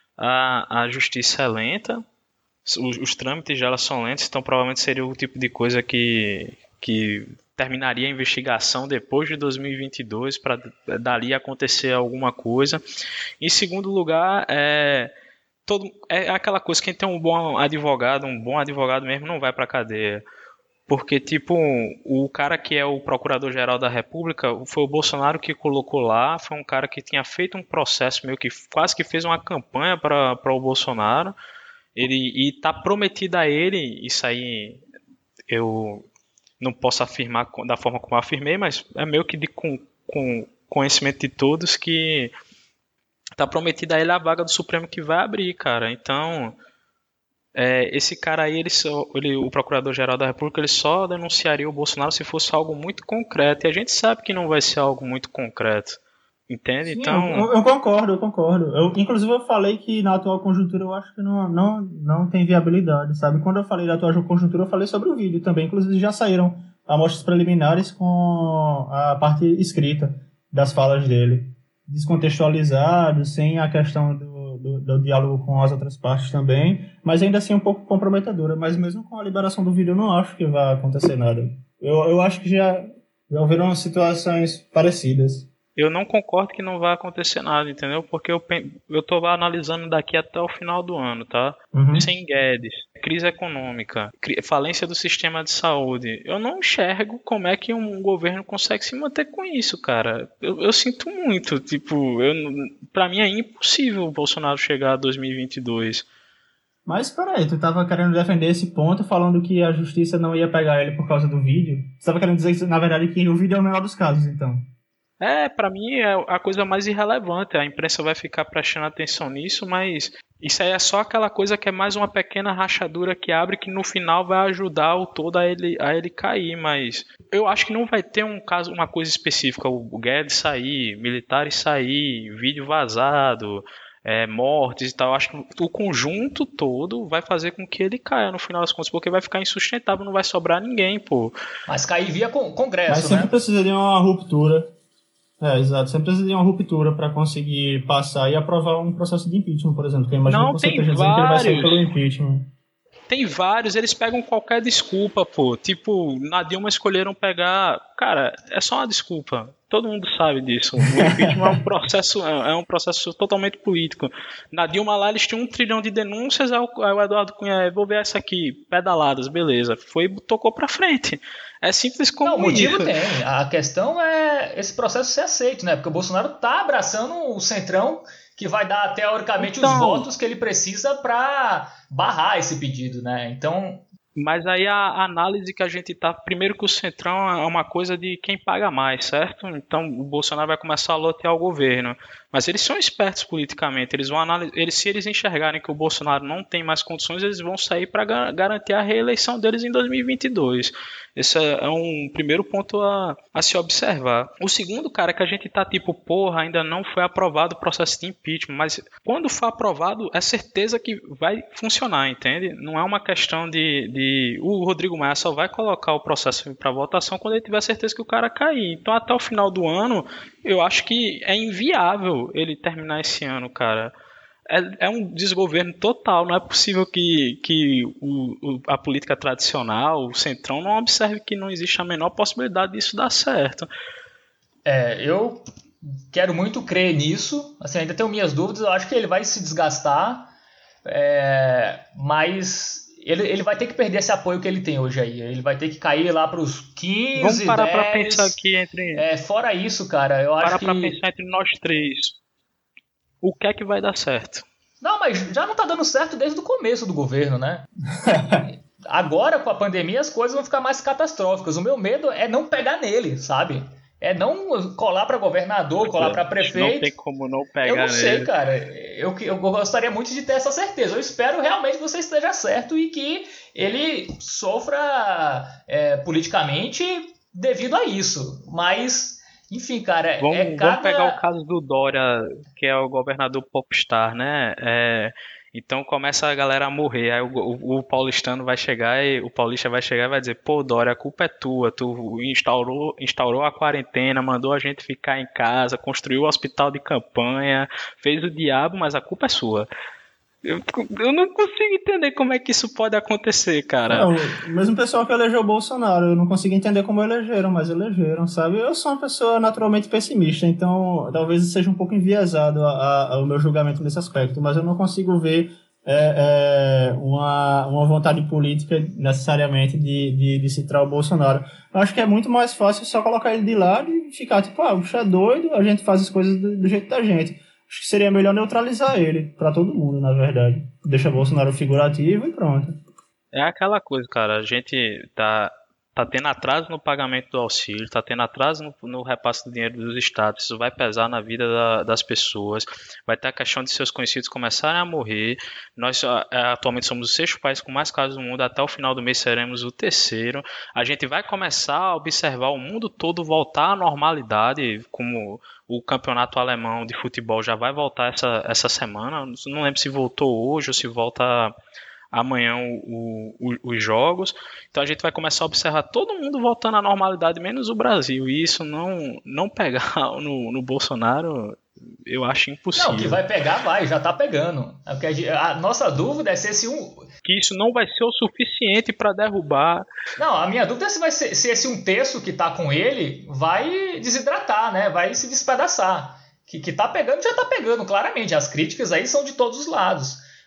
A, a justiça é lenta, os, os trâmites dela são lentos, então provavelmente seria o tipo de coisa que... que terminaria a investigação depois de dois mil e vinte e dois para dali acontecer alguma coisa. Em segundo lugar, é, todo, é aquela coisa, quem tem um bom advogado, um bom advogado mesmo não vai para cadeia. Porque, tipo, o cara que é o Procurador-Geral da República foi o Bolsonaro que colocou lá, foi um cara que tinha feito um processo meio que quase que fez uma campanha para o Bolsonaro, ele, e tá prometido a ele, isso aí eu... não posso afirmar da forma como eu afirmei, mas é meio que de, com, com conhecimento de todos que tá prometida a ele a vaga do Supremo que vai abrir, cara. Então, é, esse cara aí, ele só, ele, o Procurador-Geral da República, ele só denunciaria o Bolsonaro se fosse algo muito concreto. E a gente sabe que não vai ser algo muito concreto. Entende? Sim, então... eu, eu concordo, eu concordo. Eu, inclusive eu falei que na atual conjuntura eu acho que não, não, não tem viabilidade, sabe? Quando eu falei da atual conjuntura eu falei sobre o vídeo também. Inclusive já saíram amostras preliminares com a parte escrita das falas dele. Descontextualizado, sem a questão do, do, do diálogo com as outras partes também, mas ainda assim um pouco comprometedora. Mas mesmo com a liberação do vídeo eu não acho que vai acontecer nada. Eu, eu acho que já, já houveram situações parecidas. Eu não concordo que não vai acontecer nada, entendeu? Porque eu, eu tô analisando daqui até o final do ano, tá? Uhum. Sem Guedes. crise econômica, falência do sistema de saúde. Eu não enxergo como é que um governo consegue se manter com isso, cara. Eu, eu sinto muito, tipo, eu, pra mim é impossível o Bolsonaro chegar a dois mil e vinte e dois. Mas peraí, tu tava querendo defender esse ponto falando que a justiça não ia pegar ele por causa do vídeo? Você tava querendo dizer, na verdade, que o vídeo é o menor dos casos, então? É, pra mim é a coisa mais irrelevante. A imprensa vai ficar prestando atenção nisso, mas isso aí é só aquela coisa que é mais uma pequena rachadura que abre, que no final vai ajudar o todo a ele, a ele cair. Mas eu acho que não vai ter um caso, uma coisa específica. O Guedes sair, militares sair, vídeo vazado, é, mortes e tal. Eu acho que o conjunto todo vai fazer com que ele caia no final das contas, porque vai ficar insustentável, não vai sobrar ninguém, pô. Mas cair via congresso, Mas sempre né? precisa de uma ruptura. É, exato. Sempre precisa de uma ruptura para conseguir passar e aprovar um processo de impeachment, por exemplo. Porque imagina Não, que você tem esteja dizendo que ele vai sair vários. pelo impeachment. Tem vários, eles pegam qualquer desculpa, pô. Tipo, na Dilma escolheram pegar... Cara, é só uma desculpa. Todo mundo sabe disso. O impeachment é um processo, é um processo totalmente político. Na Dilma lá eles tinham um trilhão de denúncias, aí o Eduardo Cunha, vou ver essa aqui, pedaladas, beleza. Foi e tocou pra frente. É simples como Não, o motivo isso. tem. A questão é esse processo ser aceito, né? Porque o Bolsonaro tá abraçando o Centrão, que vai dar teoricamente Então, os votos que ele precisa para barrar esse pedido, né? Então, mas aí a análise que a gente tá... Primeiro que o Centrão é uma coisa de quem paga mais, certo? Então o Bolsonaro vai começar a lotear o governo. Mas eles são espertos politicamente. Eles vão analisar, eles, se eles enxergarem que o Bolsonaro não tem mais condições, eles vão sair para gar- garantir a reeleição deles em dois mil e vinte e dois. Esse é, é um primeiro ponto a, a se observar. O segundo, cara, é que a gente tá tipo, porra, ainda não foi aprovado o processo de impeachment. Mas quando for aprovado, é certeza que vai funcionar, entende? Não é uma questão de... de o Rodrigo Maia só vai colocar o processo para votação quando ele tiver certeza que o cara cair. Então até o final do ano, eu acho que é inviável ele terminar esse ano, cara. É, é um desgoverno total. Não é possível que, que o, o, a política tradicional, o Centrão, não observe que não existe a menor possibilidade disso dar certo. é, eu quero muito crer nisso. Assim, ainda tenho minhas dúvidas. Eu acho que ele vai se desgastar, é, mas ele, ele vai ter que perder esse apoio que ele tem hoje aí. Ele vai ter que cair lá para os quinze, Vamos parar dez. para pensar aqui entre... É, fora isso, cara, eu Parar acho que... para pensar entre nós três. O que é que vai dar certo? Não, mas já não tá dando certo desde o começo do governo, né? Agora, com a pandemia, as coisas vão ficar mais catastróficas. O meu medo é não pegar nele, sabe? É não colar para governador, colar para prefeito. Não tem como não pegar Eu não nele. sei, cara. Eu, eu gostaria muito de ter essa certeza. Eu espero realmente que você esteja certo e que ele sofra é, politicamente devido a isso. Mas, enfim, cara, Vamos, é cada... vamos pegar o caso do Dória, que é o governador popstar, né? É, então começa a galera a morrer. Aí o, o, o paulistano vai chegar e o paulista vai chegar e vai dizer: pô, Dória, a culpa é tua. Tu instaurou, instaurou a quarentena, mandou a gente ficar em casa, construiu o hospital de campanha, fez o diabo, mas a culpa é sua. Eu, eu não consigo entender como é que isso pode acontecer, cara. Não, o mesmo pessoal que elegeu o Bolsonaro, eu não consigo entender como elegeram, mas elegeram, sabe? Eu sou uma pessoa naturalmente pessimista, então talvez seja um pouco enviesado a, a, o meu julgamento nesse aspecto, mas eu não consigo ver é, é, uma, uma vontade política necessariamente de, de, de citar o Bolsonaro. Eu acho que é muito mais fácil só colocar ele de lado e ficar tipo, ah, o bicho é doido, a gente faz as coisas do, do jeito da gente. Acho que seria melhor neutralizar ele, pra todo mundo, na verdade. Deixa Bolsonaro figurativo e pronto. É aquela coisa, cara, a gente tá, tá tendo atraso no pagamento do auxílio, tá tendo atraso no, no repasse do dinheiro dos estados, isso vai pesar na vida da, das pessoas, vai ter a questão de seus conhecidos começarem a morrer. Nós atualmente somos o sexto país com mais casos do mundo, até o final do mês seremos o terceiro. A gente vai começar a observar o mundo todo voltar à normalidade, como... O campeonato alemão de futebol já vai voltar essa, essa semana. Não lembro se voltou hoje ou se volta amanhã o, o, os jogos. Então a gente vai começar a observar todo mundo voltando à normalidade, menos o Brasil. E isso não, não pegar no, no Bolsonaro, eu acho impossível. Não, que vai pegar, vai, já tá pegando. A nossa dúvida é se esse um... Que isso não vai ser o suficiente para derrubar. Não, a minha dúvida é se, vai ser, se esse um terço que tá com ele vai desidratar, né? Vai se despedaçar. Que, que tá pegando, já tá pegando, claramente. As críticas aí são de todos os lados.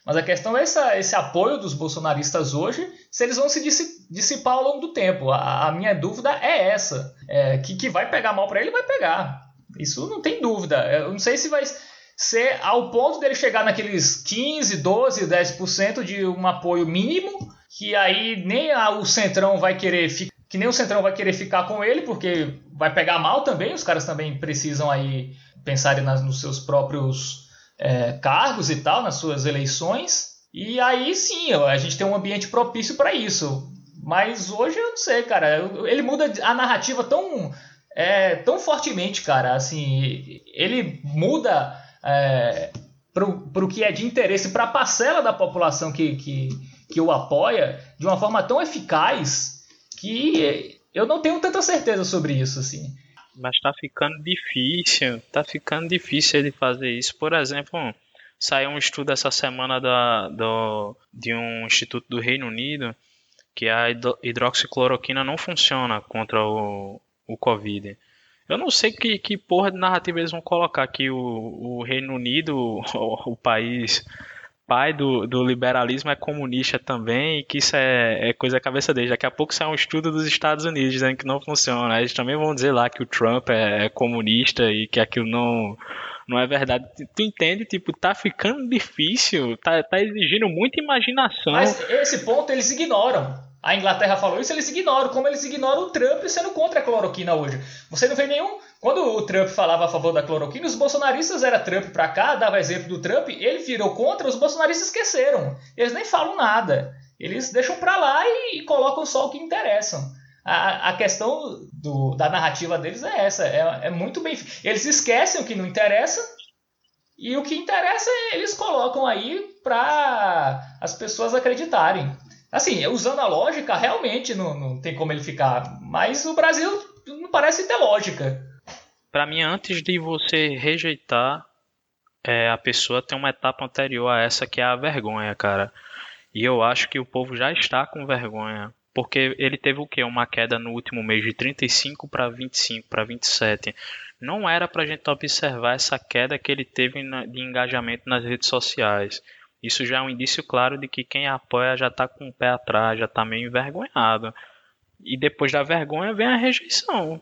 Mas a questão é essa, esse apoio dos bolsonaristas hoje, se eles vão se dissipar ao longo do tempo. A, a minha dúvida é essa. É, que, que vai pegar mal para ele, vai pegar. Isso não tem dúvida. Eu não sei se vai ser ao ponto dele chegar naqueles quinze, doze, dez por cento de um apoio mínimo, que aí nem a, o Centrão vai querer ficar, que nem o Centrão vai querer ficar com ele, porque vai pegar mal também. Os caras também precisam aí pensarem nas, nos seus próprios é, cargos e tal, nas suas eleições. E aí sim, a gente tem um ambiente propício para isso. Mas hoje eu não sei, cara. Ele muda a narrativa tão, é, tão fortemente, cara. Assim, ele muda é, para o que é de interesse para a parcela da população que, que, que o apoia de uma forma tão eficaz que eu não tenho tanta certeza sobre isso, assim. Mas tá ficando difícil, tá ficando difícil ele fazer isso. Por exemplo, saiu um estudo essa semana da, do, de um instituto do Reino Unido que a hidroxicloroquina não funciona contra o, o Covid. Eu não sei que, que porra de narrativa eles vão colocar, que o, o Reino Unido, o, o país pai do, do liberalismo, é comunista também, e que isso é, é coisa da cabeça deles. Daqui a pouco sai um estudo dos Estados Unidos dizendo que não funciona. Eles também vão dizer lá que o Trump é, é comunista e que aquilo não, não é verdade. Tu entende? Tipo, tá ficando difícil, tá, tá exigindo muita imaginação. Mas esse ponto eles ignoram. A Inglaterra falou isso, eles ignoram, como eles ignoram o Trump sendo contra a cloroquina hoje. Você não vê nenhum... Quando o Trump falava a favor da cloroquina, os bolsonaristas era Trump pra cá, dava exemplo do Trump, ele virou contra, os bolsonaristas esqueceram. Eles nem falam nada. Eles deixam pra lá e, e colocam só o que interessam. A, a questão do, da narrativa deles é essa, é, é muito bem... Eles esquecem o que não interessa e o que interessa eles colocam aí pra as pessoas acreditarem. Assim, usando a lógica, realmente não, não tem como ele ficar. Mas o Brasil não parece ter lógica. Pra mim, antes de você rejeitar, é, a pessoa tem uma etapa anterior a essa, que é a vergonha, cara. E eu acho que o povo já está com vergonha. Porque ele teve o quê? Uma queda no último mês de trinta e cinco para vinte e cinco, para vinte e sete. Não era pra gente observar essa queda que ele teve de engajamento nas redes sociais. Isso já é um indício claro de que quem apoia já está com o pé atrás, já está meio envergonhado. E depois da vergonha vem a rejeição.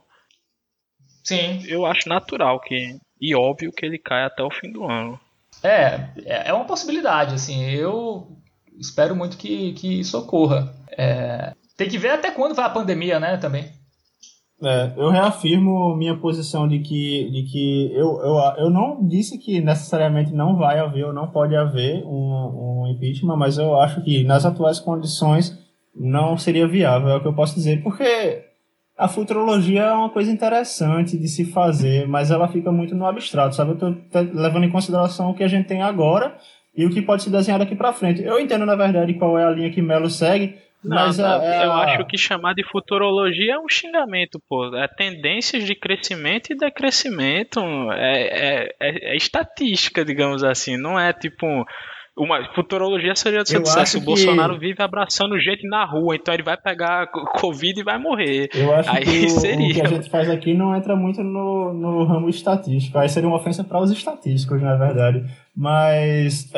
Sim. Eu acho natural que, e óbvio que ele cai até o fim do ano. É, é uma possibilidade, assim. Eu espero muito que, que isso ocorra. É, tem que ver até quando vai a pandemia, né, também. É, eu reafirmo minha posição de que, de que eu, eu, eu não disse que necessariamente não vai haver ou não pode haver um, um impeachment, mas eu acho que nas atuais condições não seria viável, é o que eu posso dizer, porque a futurologia é uma coisa interessante de se fazer, mas ela fica muito no abstrato, sabe? Eu estou levando em consideração o que a gente tem agora e o que pode se desenhar daqui para frente. Eu entendo, na verdade, qual é a linha que Melo segue. Não, Mas não, é, eu a... acho que chamar de futurologia é um xingamento, pô. É tendências de crescimento e decrescimento. É, é, é, é estatística, digamos assim. Não é tipo... Uma futurologia seria se eu dissesse: o que... Bolsonaro vive abraçando gente na rua, então ele vai pegar Covid e vai morrer. Eu acho aí que o, seria... o que a gente faz aqui não entra muito no, no ramo estatístico. Aí seria uma ofensa para os estatísticos, na verdade. Mas...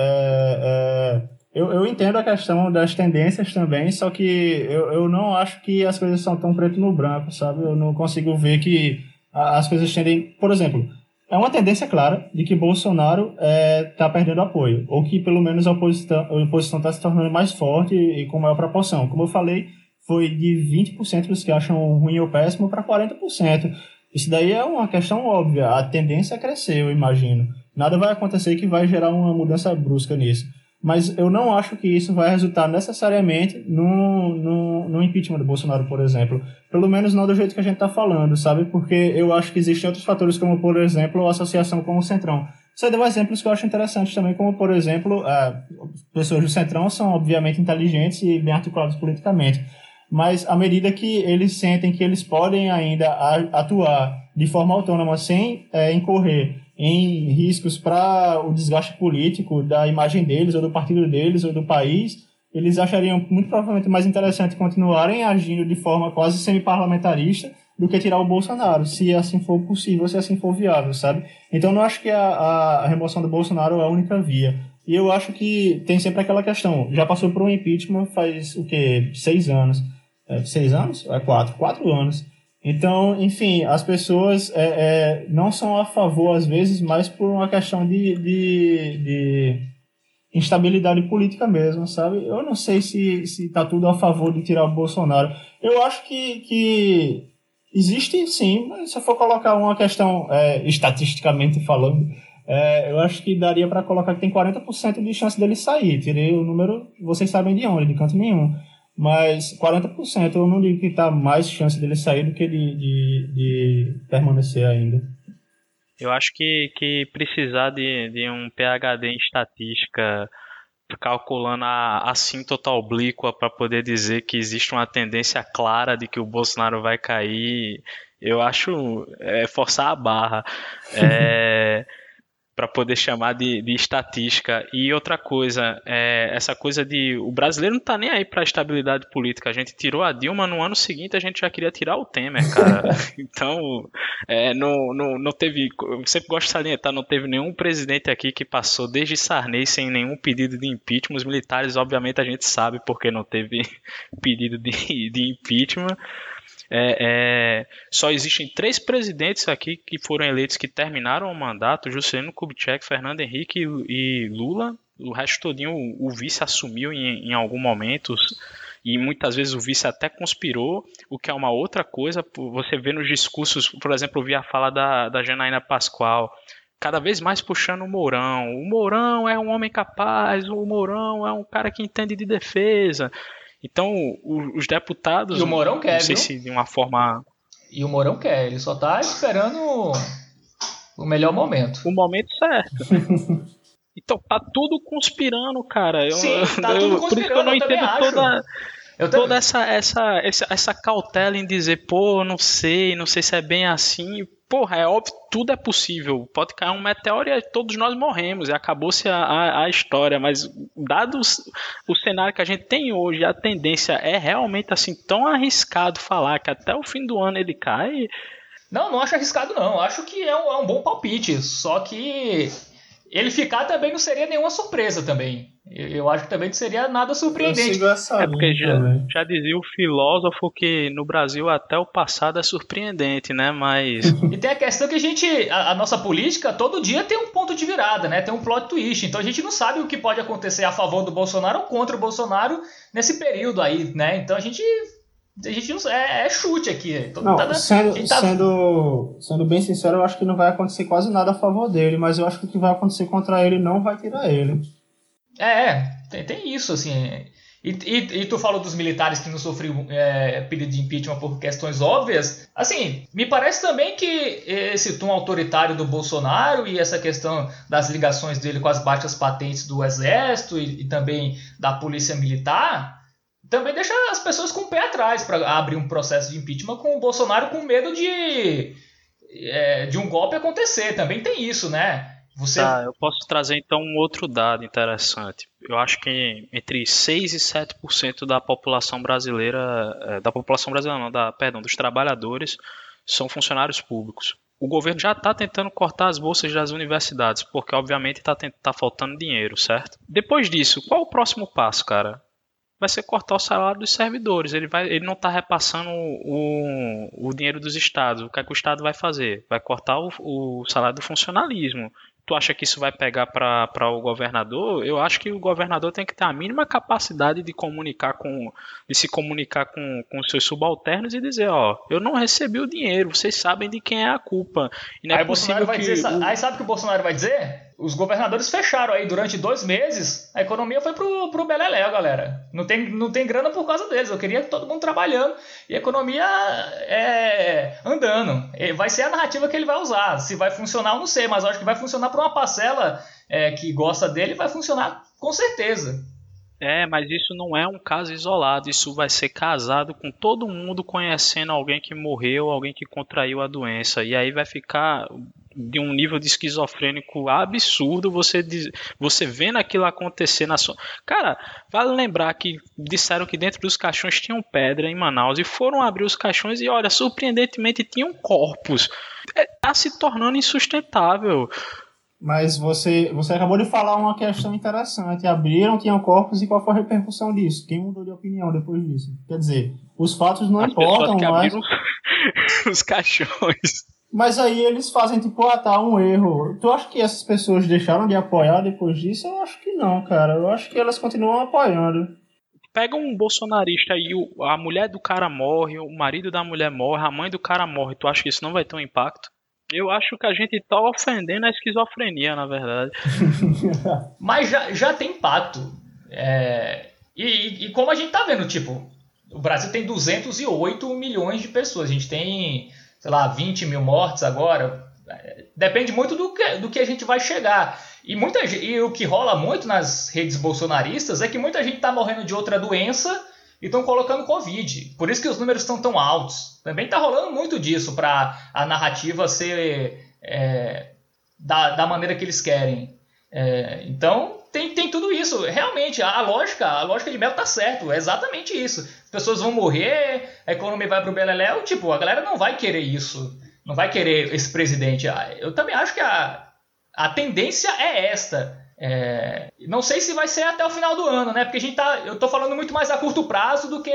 É, é... Eu, eu entendo a questão das tendências também, só que eu, eu não acho que as coisas são tão preto no branco, sabe? Eu não consigo ver que as coisas tendem... Por exemplo, é uma tendência clara de que Bolsonaro está é, perdendo apoio, ou que pelo menos a oposição a oposição está se tornando mais forte e com maior proporção. Como eu falei, foi de vinte por cento dos que acham ruim ou péssimo para quarenta por cento. Isso daí é uma questão óbvia. A tendência é crescer, eu imagino. Nada vai acontecer que vai gerar uma mudança brusca nisso. Mas eu não acho que isso vai resultar necessariamente no, no, no impeachment do Bolsonaro, por exemplo. Pelo menos não do jeito que a gente está falando, sabe? Porque eu acho que existem outros fatores, como, por exemplo, a associação com o Centrão. Você deu exemplos que eu acho interessantes também, como, por exemplo, a, pessoas do Centrão são, obviamente, inteligentes e bem articuladas politicamente. Mas à medida que eles sentem que eles podem ainda atuar de forma autônoma sem é, incorrer em riscos para o desgaste político da imagem deles, ou do partido deles, ou do país, eles achariam muito provavelmente mais interessante continuarem agindo de forma quase semi-parlamentarista do que tirar o Bolsonaro, se assim for possível, se assim for viável, sabe? Então, eu não acho que a, a remoção do Bolsonaro é a única via. E eu acho que tem sempre aquela questão. Já passou por um impeachment faz o quê? Seis anos. É, seis anos? É quatro. Quatro anos. Então, enfim, as pessoas é, é, não são a favor, às vezes, mas por uma questão de, de, de instabilidade política mesmo, sabe? Eu não sei se se tá tudo a favor de tirar o Bolsonaro. Eu acho que, que existe, sim, mas se eu for colocar uma questão é, estatisticamente falando, é, eu acho que daria para colocar que tem quarenta por cento de chance dele sair. Tirei o número, vocês sabem de onde, de canto nenhum. Mas quarenta por cento eu não digo que tá mais chance dele sair do que de, de, de permanecer ainda. Eu acho que, que precisar de, de um PhD em estatística calculando a assíntota oblíqua para poder dizer que existe uma tendência clara de que o Bolsonaro vai cair, eu acho é, forçar a barra. É... para poder chamar de, de estatística. E outra coisa, é, essa coisa de... O brasileiro não tá nem aí pra estabilidade política. A gente tirou a Dilma, no ano seguinte a gente já queria tirar o Temer, cara. Então, é, não, não, não teve... Eu sempre gosto de salientar, não teve nenhum presidente aqui que passou desde Sarney sem nenhum pedido de impeachment. Os militares, obviamente, a gente sabe porque não teve pedido de, de impeachment. É, é, só existem três presidentes aqui que foram eleitos que terminaram o mandato: Juscelino Kubitschek, Fernando Henrique e, e Lula. O resto todinho o, o vice assumiu em, em algum momento e muitas vezes o vice até conspirou, o que é uma outra coisa. Você vê nos discursos, por exemplo, eu vi a fala da, da Janaína Pascoal, cada vez mais puxando o Mourão. O Mourão é um homem capaz, o Mourão é um cara que entende de defesa. Então, os deputados... E o Mourão quer, não sei viu? se de uma forma... E o Mourão quer, ele só tá esperando o melhor momento. O momento certo. Então, tá tudo conspirando, cara. Eu, Sim, tá eu, tudo por isso que eu conspirando, não eu também entendo acho. toda, Eu toda também. essa, essa, essa, essa cautela em dizer, pô, não sei, não sei se é bem assim. Porra, é óbvio, tudo é possível. Pode cair um meteoro e todos nós morremos e acabou-se a, a, a história. Mas, dado o, o cenário que a gente tem hoje, a tendência é realmente assim tão arriscado falar que até o fim do ano ele cai. Não, não acho arriscado não. Acho que é um, é um bom palpite. Só que ele ficar também não seria nenhuma surpresa também. Eu, eu acho que também não seria nada surpreendente. É porque já, já dizia o filósofo que no Brasil até o passado é surpreendente, né? Mas... E tem a questão que a gente, a, a nossa política, todo dia tem um ponto de virada, né? Tem um plot twist. Então a gente não sabe o que pode acontecer a favor do Bolsonaro ou contra o Bolsonaro nesse período aí, né? Então a gente... A gente não, é, é chute aqui. Não, tá, sendo, tá... sendo, sendo bem sincero, eu acho que não vai acontecer quase nada a favor dele, mas eu acho que o que vai acontecer contra ele não vai tirar ele. É, tem, tem isso, assim. E, e, e tu falou dos militares que não sofriam é, pedido de impeachment por questões óbvias. Assim, me parece também que esse tom autoritário do Bolsonaro e essa questão das ligações dele com as baixas patentes do Exército e, e também da Polícia Militar... também deixa as pessoas com o pé atrás para abrir um processo de impeachment com o Bolsonaro com medo de, é, de um golpe acontecer. Também tem isso, né? Você... Tá, eu posso trazer então um outro dado interessante. Eu acho que entre seis e sete por cento da população brasileira, da população brasileira não, da, perdão, dos trabalhadores são funcionários públicos. O governo já está tentando cortar as bolsas das universidades, porque obviamente está tá faltando dinheiro, certo? Depois disso, qual o próximo passo, cara? Vai ser cortar o salário dos servidores. Ele, vai, ele não está repassando o, o dinheiro dos estados. O que é que o estado vai fazer? Vai cortar o, o salário do funcionalismo. Tu acha que isso vai pegar para o governador? Eu acho que o governador tem que ter a mínima capacidade de comunicar com, de se comunicar com, com os seus subalternos e dizer, ó, eu não recebi o dinheiro, vocês sabem de quem é a culpa. E não é aí, possível vai que dizer, o... aí sabe o que o Bolsonaro vai dizer? Os governadores fecharam aí durante dois meses, a economia foi pro, pro beleléu, galera. Não tem, não tem grana por causa deles. Eu queria todo mundo trabalhando e a economia é, andando. Vai ser a narrativa que ele vai usar. Se vai funcionar, eu não sei, mas eu acho que vai funcionar para uma parcela é, que gosta dele, vai funcionar com certeza. É, mas isso não é um caso isolado, isso vai ser casado com todo mundo conhecendo alguém que morreu, alguém que contraiu a doença, e aí vai ficar de um nível de esquizofrênico absurdo você, diz, você vendo aquilo acontecer na sua... Cara, vale lembrar que disseram que dentro dos caixões tinham pedra em Manaus, e foram abrir os caixões e, olha, surpreendentemente tinham corpos. É, tá se tornando insustentável. Mas você, você acabou de falar uma questão interessante. Abriram, tinham corpos, e qual foi a repercussão disso? Quem mudou de opinião depois disso? Quer dizer, os fatos não As importam, pessoas que mas... abriram os caixões. Mas aí eles fazem tipo, ah, tá, um erro. Tu acha que essas pessoas deixaram de apoiar depois disso? Eu acho que não, cara. Eu acho que elas continuam apoiando. Pega um bolsonarista aí, o- a mulher do cara morre, o marido da mulher morre, a mãe do cara morre. Tu acha que isso não vai ter um impacto? Eu acho que a gente tá ofendendo a esquizofrenia, na verdade. Mas já, já tem impacto. É, e, e- e como a gente tá vendo, tipo, o Brasil tem duzentos e oito milhões de pessoas. A gente tem, sei lá, vinte mil mortes agora. É, Depende muito do que, do que a gente vai chegar. E, muita, ge- e o que rola muito nas redes bolsonaristas é que muita gente tá morrendo de outra doença e estão colocando Covid. Por isso que os números estão tão altos. Também tá rolando muito disso para a narrativa ser é, da, da maneira que eles querem. É, então tem, tem tudo isso. Realmente, a lógica, a lógica de Mel tá certo. É exatamente isso. As pessoas vão morrer, a economia vai pro beleléu. Tipo, a galera não vai querer isso. Não vai querer esse presidente. Ah, Eu também acho que a, a tendência é esta. É, não sei se vai ser até o final do ano, né? Porque a gente tá, eu tô falando muito mais a curto prazo do que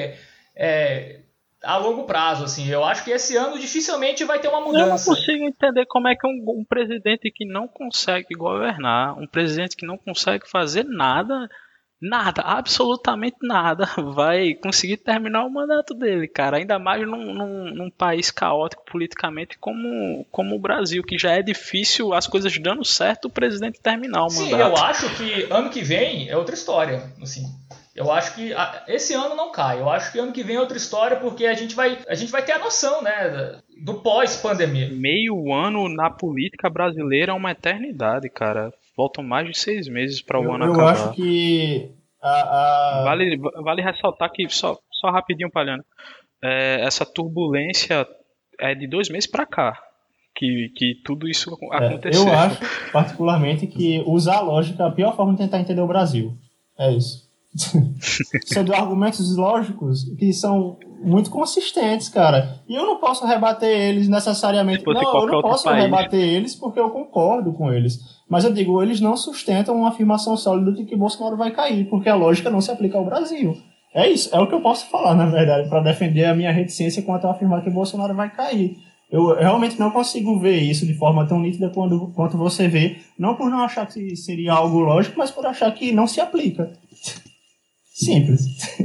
é, a longo prazo, assim. Eu acho que esse ano dificilmente vai ter uma Eu não mudança. consigo entender como é que um, um presidente que não consegue governar, um presidente que não consegue fazer nada, nada, absolutamente nada, vai conseguir terminar o mandato dele, cara. Ainda mais num, num, num país caótico politicamente como, como o Brasil, que já é difícil as coisas dando certo o presidente terminar o Sim, mandato. eu acho que ano que vem é outra história, assim. Eu acho que a- esse ano não cai. Eu acho que ano que vem é outra história porque a gente vai, a gente vai ter a noção, né, da- do pós-pandemia. Meio ano na política brasileira é uma eternidade, cara. Faltam mais de seis meses para o Eu, ano eu acabar. acho que a, a... Vale, vale ressaltar que, só, só rapidinho, Palhano, é, essa turbulência é de dois meses pra cá que, que tudo isso É, aconteceu. eu acho, particularmente, que usar a lógica é a pior forma de tentar entender o Brasil. É isso. Sendo argumentos lógicos que são muito consistentes, cara. E eu não posso rebater eles necessariamente. Se fosse Não, eu qualquer não outro posso país. rebater eles porque eu concordo com eles. Mas eu digo, eles não sustentam uma afirmação sólida de que Bolsonaro vai cair, porque a lógica não se aplica ao Brasil. É isso, é o que eu posso falar, na verdade, para defender a minha reticência quanto a afirmar que Bolsonaro vai cair. Eu realmente não consigo ver isso de forma tão nítida quando, quanto você vê, não por não achar que seria algo lógico, mas por achar que não se aplica. Simples.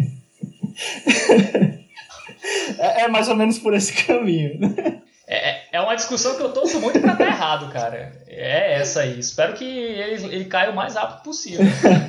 é, é mais ou menos por esse caminho. É, é uma discussão que eu torço muito pra estar errado, cara. É essa aí. Espero que ele, ele caia o mais rápido possível.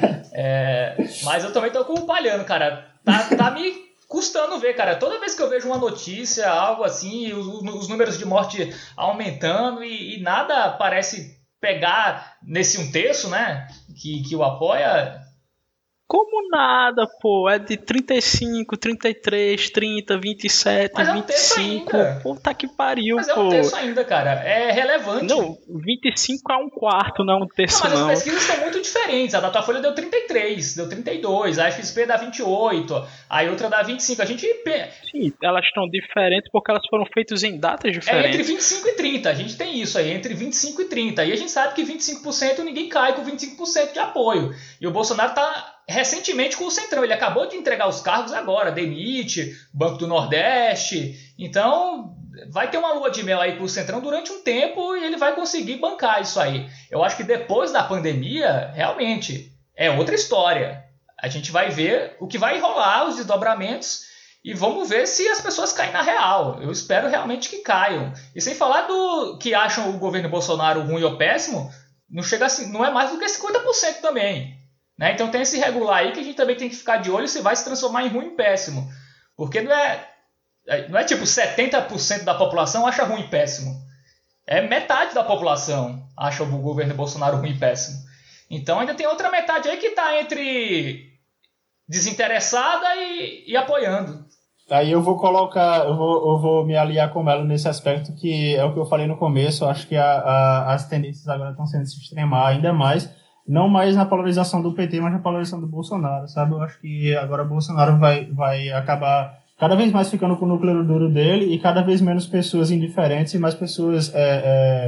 É, mas eu também tô com o Palhano, cara. Tá, tá me custando ver, cara. Toda vez que eu vejo uma notícia, algo assim, os, os números de morte aumentando e, e nada parece pegar nesse um terço, né? Que, que o apoia. Como nada, pô. É de trinta e cinco, trinta e três, trinta, vinte e sete, Mas é um vinte e terço cinco. ainda. Puta que pariu, Mas é pô. um terço ainda, cara. É relevante. Não, vinte e cinco é um quarto, não é um Não, terço, mas as não. pesquisas estão muito diferentes. A Datafolha deu trinta e três, deu trinta e dois, a F S P dá vinte e oito, a outra dá vinte e cinco. A gente pe- Sim, elas estão diferentes porque elas foram feitas em datas é entre diferentes. vinte e cinco e trinta. A gente tem isso aí, entre vinte e cinco e trinta. E a gente sabe que vinte e cinco por cento ninguém cai com vinte e cinco por cento de apoio. E o Bolsonaro está recentemente com o Centrão. Ele acabou de entregar os cargos agora, DENIT, Banco do Nordeste. Então, vai ter uma lua de mel aí com o Centrão durante um tempo e ele vai conseguir bancar isso aí. Eu acho que depois da pandemia, realmente, é outra história. A gente vai ver o que vai rolar, os desdobramentos, e vamos ver se as pessoas caem na real. Eu espero realmente que caiam. E sem falar do que acham o governo Bolsonaro ruim ou péssimo, não chega assim, não é mais do que cinquenta por cento também. Né? Então tem esse regular aí que a gente também tem que ficar de olho se vai se transformar em ruim e péssimo. Porque não é, não é tipo setenta por cento da população acha ruim e péssimo. É metade da população acha o governo Bolsonaro ruim e péssimo. Então ainda tem outra metade aí que está entre desinteressada e, e apoiando. Aí eu vou colocar, eu vou, eu vou me aliar com ela nesse aspecto, que é o que eu falei no começo. Eu acho que a, a, as tendências agora estão sendo se extremar ainda mais, não mais na polarização do P T, mas na polarização do Bolsonaro, sabe? Eu acho que agora o Bolsonaro vai, vai acabar cada vez mais ficando com o núcleo duro dele e cada vez menos pessoas indiferentes e mais pessoas é, é,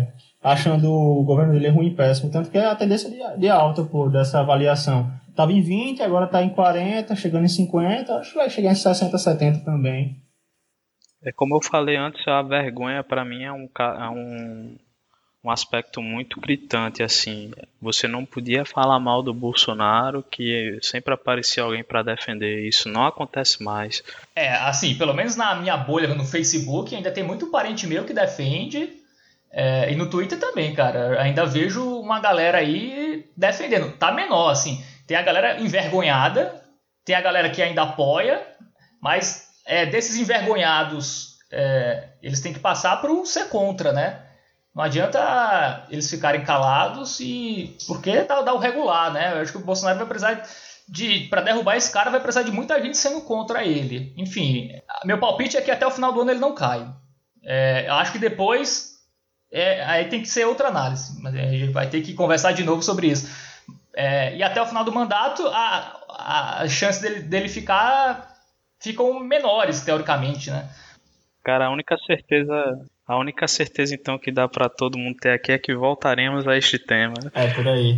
achando o governo dele ruim e péssimo. Tanto que é a tendência de, de alta, pô, dessa avaliação. Estava em vinte, agora está em quarenta, chegando em cinquenta, acho que vai chegar em sessenta, setenta também. É como eu falei antes, a vergonha para mim é um, é um, um aspecto muito gritante, assim. Você não podia falar mal do Bolsonaro, que sempre aparecia alguém para defender. Isso não acontece mais. É, assim, pelo menos na minha bolha no Facebook, ainda tem muito parente meu que defende. É, e no Twitter também, cara. Ainda vejo uma galera aí defendendo. Tá menor, assim. Tem a galera envergonhada, tem a galera que ainda apoia, mas é, desses envergonhados, é, eles têm que passar para o ser contra, né? Não adianta eles ficarem calados, e porque dá, dá o regular, né? Eu acho que o Bolsonaro vai precisar de... Para derrubar esse cara, vai precisar de muita gente sendo contra ele. Enfim, meu palpite é que até o final do ano ele não cai. É, eu acho que depois... É, aí tem que ser outra análise. Mas a gente vai ter que conversar de novo sobre isso. É, e até o final do mandato, a, a, a chance dele, dele ficar ficam menores, teoricamente, né? Cara, a única certeza, a única certeza então que dá pra todo mundo ter aqui é que voltaremos a este tema. É, por aí.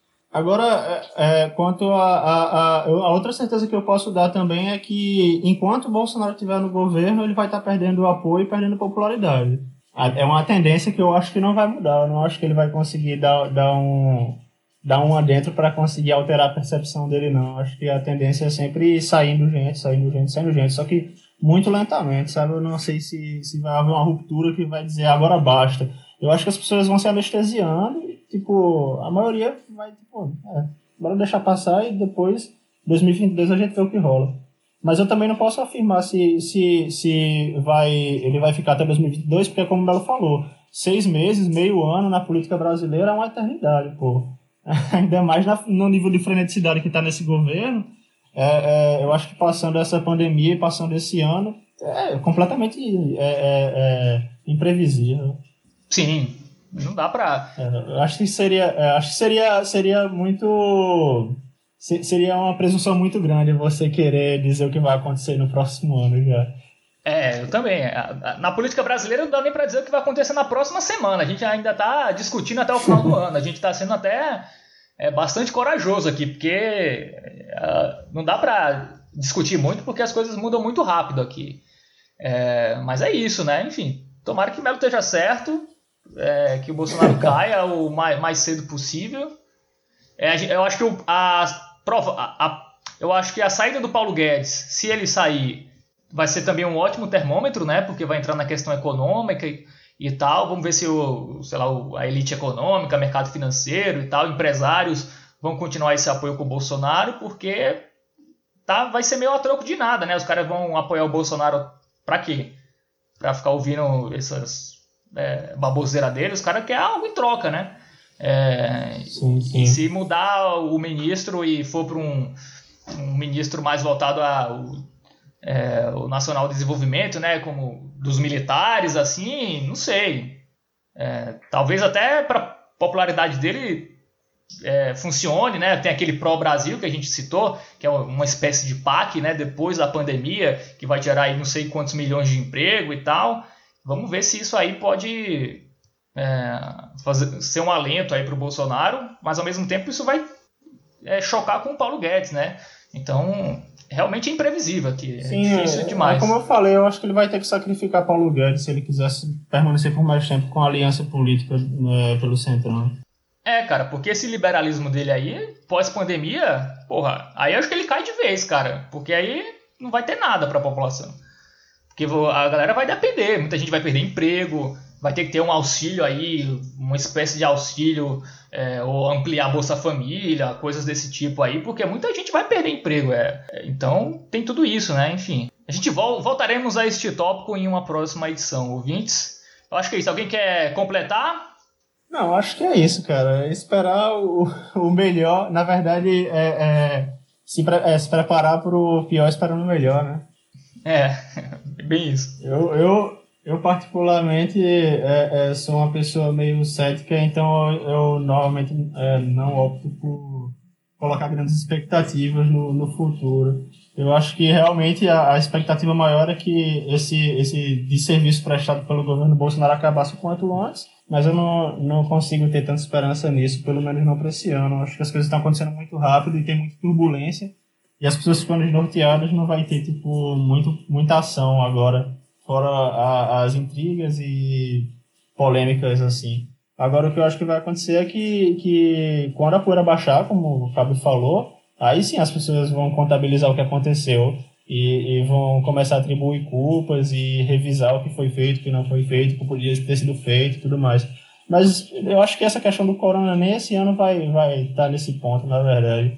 Agora, é, é, quanto a, a, a, a outra certeza que eu posso dar também é que enquanto o Bolsonaro estiver no governo, ele vai estar perdendo o apoio e perdendo popularidade. É uma tendência que eu acho que não vai mudar. Eu não acho que ele vai conseguir dar, dar um... dar um adentro para conseguir alterar a percepção dele, não. Acho que a tendência é sempre ir saindo gente, saindo gente, saindo gente, só que muito lentamente, sabe? Eu não sei se, se vai haver uma ruptura que vai dizer agora basta. Eu acho que as pessoas vão se anestesiando e, tipo, a maioria vai, tipo, é, bora deixar passar e depois, dois mil e vinte e dois, a gente vê o que rola. Mas eu também não posso afirmar se, se, se vai, ele vai ficar até dois mil e vinte e dois, porque como o Belo falou, seis meses, meio ano na política brasileira é uma eternidade, pô. Ainda mais na, no nível de freneticidade que está nesse governo, é, é, eu acho que passando essa pandemia e passando esse ano, é completamente é, é, é, imprevisível. Sim, não dá pra... É, eu acho que seria, é, acho que seria, seria muito... Se, seria uma presunção muito grande você querer dizer o que vai acontecer no próximo ano já. É, eu também. Na política brasileira não dá nem pra dizer o que vai acontecer na próxima semana. A gente ainda tá discutindo até o final do ano. A gente tá sendo até é, bastante corajoso aqui, porque uh, não dá pra discutir muito, porque as coisas mudam muito rápido aqui. É, mas é isso, né? Enfim, tomara que o Melo esteja certo, é, que o Bolsonaro caia o mais, mais cedo possível. É, eu acho que o, a prova, a, a, eu acho que a saída do Paulo Guedes, se ele sair, vai ser também um ótimo termômetro, né? Porque vai entrar na questão econômica e, e tal. Vamos ver se o, sei lá, a elite econômica, mercado financeiro e tal, empresários vão continuar esse apoio com o Bolsonaro, porque tá, vai ser meio a troco de nada, né? Os caras vão apoiar o Bolsonaro pra quê? Pra ficar ouvindo essas é, baboseiras dele. Os caras querem algo em troca, né? É, sim, sim. E se mudar o ministro e for para um, um ministro mais voltado ao é, o nacional desenvolvimento, né, como dos militares, assim, não sei. É, talvez até para a popularidade dele é, funcione, né? Tem aquele pró-Brasil que a gente citou, que é uma espécie de P A C, né, depois da pandemia, que vai gerar aí não sei quantos milhões de emprego e tal. Vamos ver se isso aí pode é, fazer, ser um alento aí para o Bolsonaro, mas ao mesmo tempo isso vai é, chocar com o Paulo Guedes, né? Então, realmente é imprevisível aqui. Sim, é difícil é, demais. Como eu falei, eu acho que ele vai ter que sacrificar Paulo Guedes se ele quisesse permanecer por mais tempo com a aliança política é, pelo Centrão. É, cara, porque esse liberalismo dele aí, pós-pandemia, porra, aí eu acho que ele cai de vez, cara. Porque aí não vai ter nada para a população. Porque a galera vai depender, muita gente vai perder emprego, vai ter que ter um auxílio aí, uma espécie de auxílio, é, ou ampliar a Bolsa Família, coisas desse tipo aí, porque muita gente vai perder emprego. É. Então tem tudo isso, né? Enfim, a gente vol- voltaremos a este tópico em uma próxima edição, ouvintes. Eu acho que é isso. Alguém quer completar? Não, acho que é isso, cara. Esperar o, o melhor, na verdade, é, é, se, pre- é se preparar para o pior esperando o melhor, né? É, bem isso. Eu, eu, eu particularmente, é, é, sou uma pessoa meio cética, então eu, eu normalmente é, não opto por colocar grandes expectativas no, no futuro. Eu acho que realmente a, a expectativa maior é que esse, esse desserviço prestado pelo governo Bolsonaro acabasse o quanto antes, mas eu não, não consigo ter tanta esperança nisso, pelo menos não para esse ano. Acho que as coisas estão acontecendo muito rápido e tem muita turbulência, e as pessoas ficando desnorteadas, não vai ter tipo, muito, muita ação agora, fora a, as intrigas e polêmicas assim. Agora, o que eu acho que vai acontecer é que, que quando a poeira baixar, como o Fábio falou, aí sim as pessoas vão contabilizar o que aconteceu e, e vão começar a atribuir culpas e revisar o que foi feito, o que não foi feito, o que podia ter sido feito e tudo mais. Mas eu acho que essa questão do corona nem esse ano vai vai estar nesse ponto, na verdade.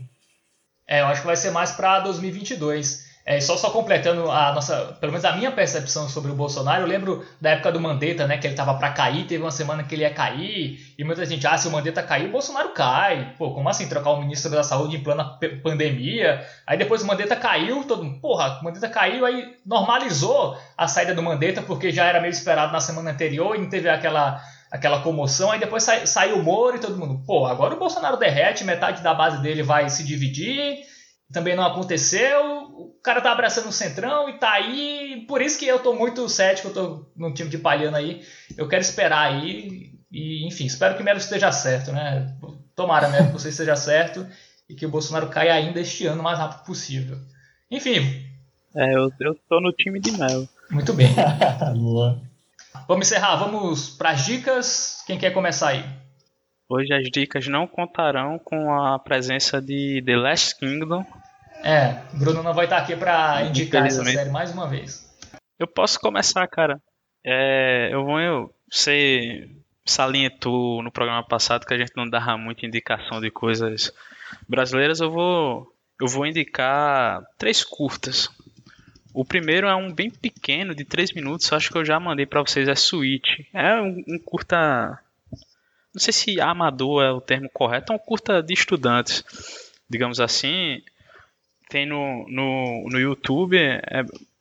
É, eu acho que vai ser mais para dois mil e vinte e dois. É, só, só completando a nossa, pelo menos a minha percepção sobre o Bolsonaro, eu lembro da época do Mandetta, né, que ele tava para cair, teve uma semana que ele ia cair, e muita gente, ah, se o Mandetta cair, o Bolsonaro cai. Pô, como assim trocar o ministro da Saúde em plena p- pandemia? Aí depois o Mandetta caiu, todo mundo, porra, o Mandetta caiu, aí normalizou a saída do Mandetta, porque já era meio esperado na semana anterior e não teve aquela, aquela comoção, aí depois sa, saiu o Moro e todo mundo, pô, agora o Bolsonaro derrete, metade da base dele vai se dividir, também não aconteceu, o cara tá abraçando o Centrão e tá aí, por isso que eu tô muito cético, eu tô no time de Palhano aí, eu quero esperar aí, e enfim, espero que o Melo esteja certo, né, tomara, Melo, que você esteja certo e que o Bolsonaro caia ainda este ano o mais rápido possível. Enfim. É, eu, eu tô no time de Melo. Muito bem. Boa. Vamos encerrar, vamos pras dicas, quem quer começar aí? Hoje as dicas não contarão com a presença de The Last Kingdom. É, Bruno não vai estar aqui pra indicar essa série mais uma vez. Eu posso começar, cara. É, eu vou. Eu, você salientou no programa passado que a gente não dava muita indicação de coisas brasileiras. Eu vou, eu vou indicar três curtas. O primeiro é um bem pequeno, de três minutos. Acho que eu já mandei pra vocês. É Suíte. É um, um curta. Não sei se amador é o termo correto. É um curta de estudantes, digamos assim. Tem no, no, no YouTube. É,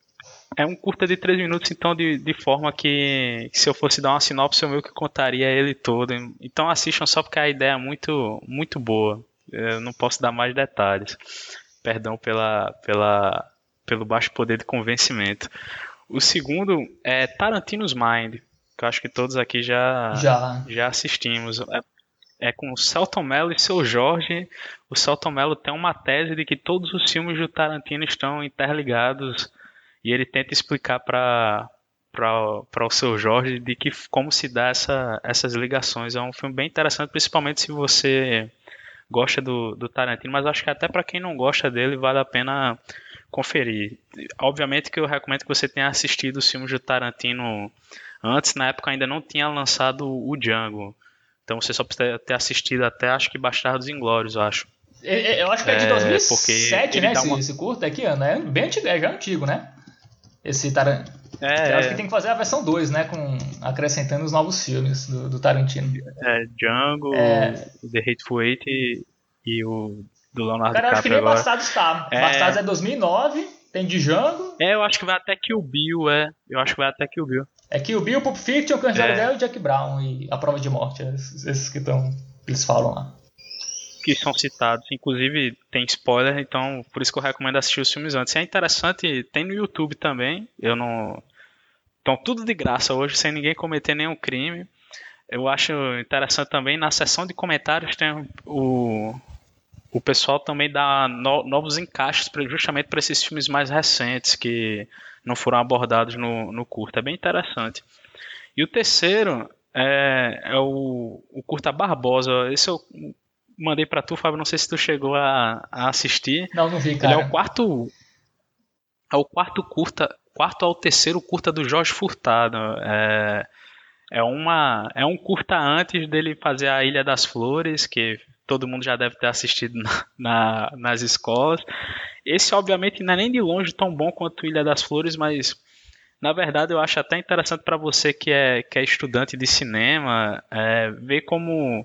é um curta de três minutos, então, de, de forma que, se eu fosse dar uma sinopse, eu meio que contaria ele todo. Então assistam só porque a ideia é muito, muito boa. Eu não posso dar mais detalhes. Perdão pela, pela, pelo baixo poder de convencimento. O segundo é Tarantino's Mind, que eu acho que todos aqui já, já. já assistimos. É, é com o Selton Mello e seu Jorge. O Selton Mello tem uma tese de que todos os filmes do Tarantino estão interligados e ele tenta explicar para para o seu Jorge de que como se dá essa, essas ligações. É um filme bem interessante, principalmente se você gosta do, do Tarantino, mas acho que até para quem não gosta dele vale a pena conferir. Obviamente que eu recomendo que você tenha assistido os filmes do Tarantino antes, na época ainda não tinha lançado o Django. Então você só precisa ter assistido até, acho que Bastardos Inglórios, eu acho. Eu acho que é de dois mil e sete, é, né, esse, uma... esse curta aqui, Ana. É bem antigo, é já antigo, né? Esse Tarantino. É, eu acho que tem que fazer a versão dois, né, com, acrescentando os novos filmes do, do Tarantino. É, Django, é... The Hateful Eight e, e o do Leonardo DiCaprio. Cara, eu acho que nem agora. Bastardos tá. É... Bastardos é dois mil e nove, tem Django. É, eu acho que vai até Kill Bill, é. Eu acho que vai até Kill Bill. É Kill Bill, Pulp Fiction, Cães de Aluguel e Jack Brown e A Prova de Morte, esses, esses que estão, eles falam lá. Que são citados, inclusive tem spoiler, então por isso que eu recomendo assistir os filmes antes. É interessante, tem no YouTube também, eu não... Então tudo de graça hoje, sem ninguém cometer nenhum crime. Eu acho interessante também, na seção de comentários tem o... O pessoal também dá no, novos encaixes pra, justamente para esses filmes mais recentes que não foram abordados no, no curta. É bem interessante. E o terceiro é, é o, o curta Barbosa. Esse eu mandei para tu, Fábio. Não sei se tu chegou a, a assistir. Não, não vi, cara. Ele é o quarto, é o quarto curta, quarto ao terceiro curta do Jorge Furtado. É, é, uma, é um curta antes dele fazer a Ilha das Flores, que todo mundo já deve ter assistido na, na, nas escolas. Esse, obviamente, não é nem de longe tão bom quanto Ilha das Flores, mas, na verdade, eu acho até interessante para você que é, que é estudante de cinema, é, ver como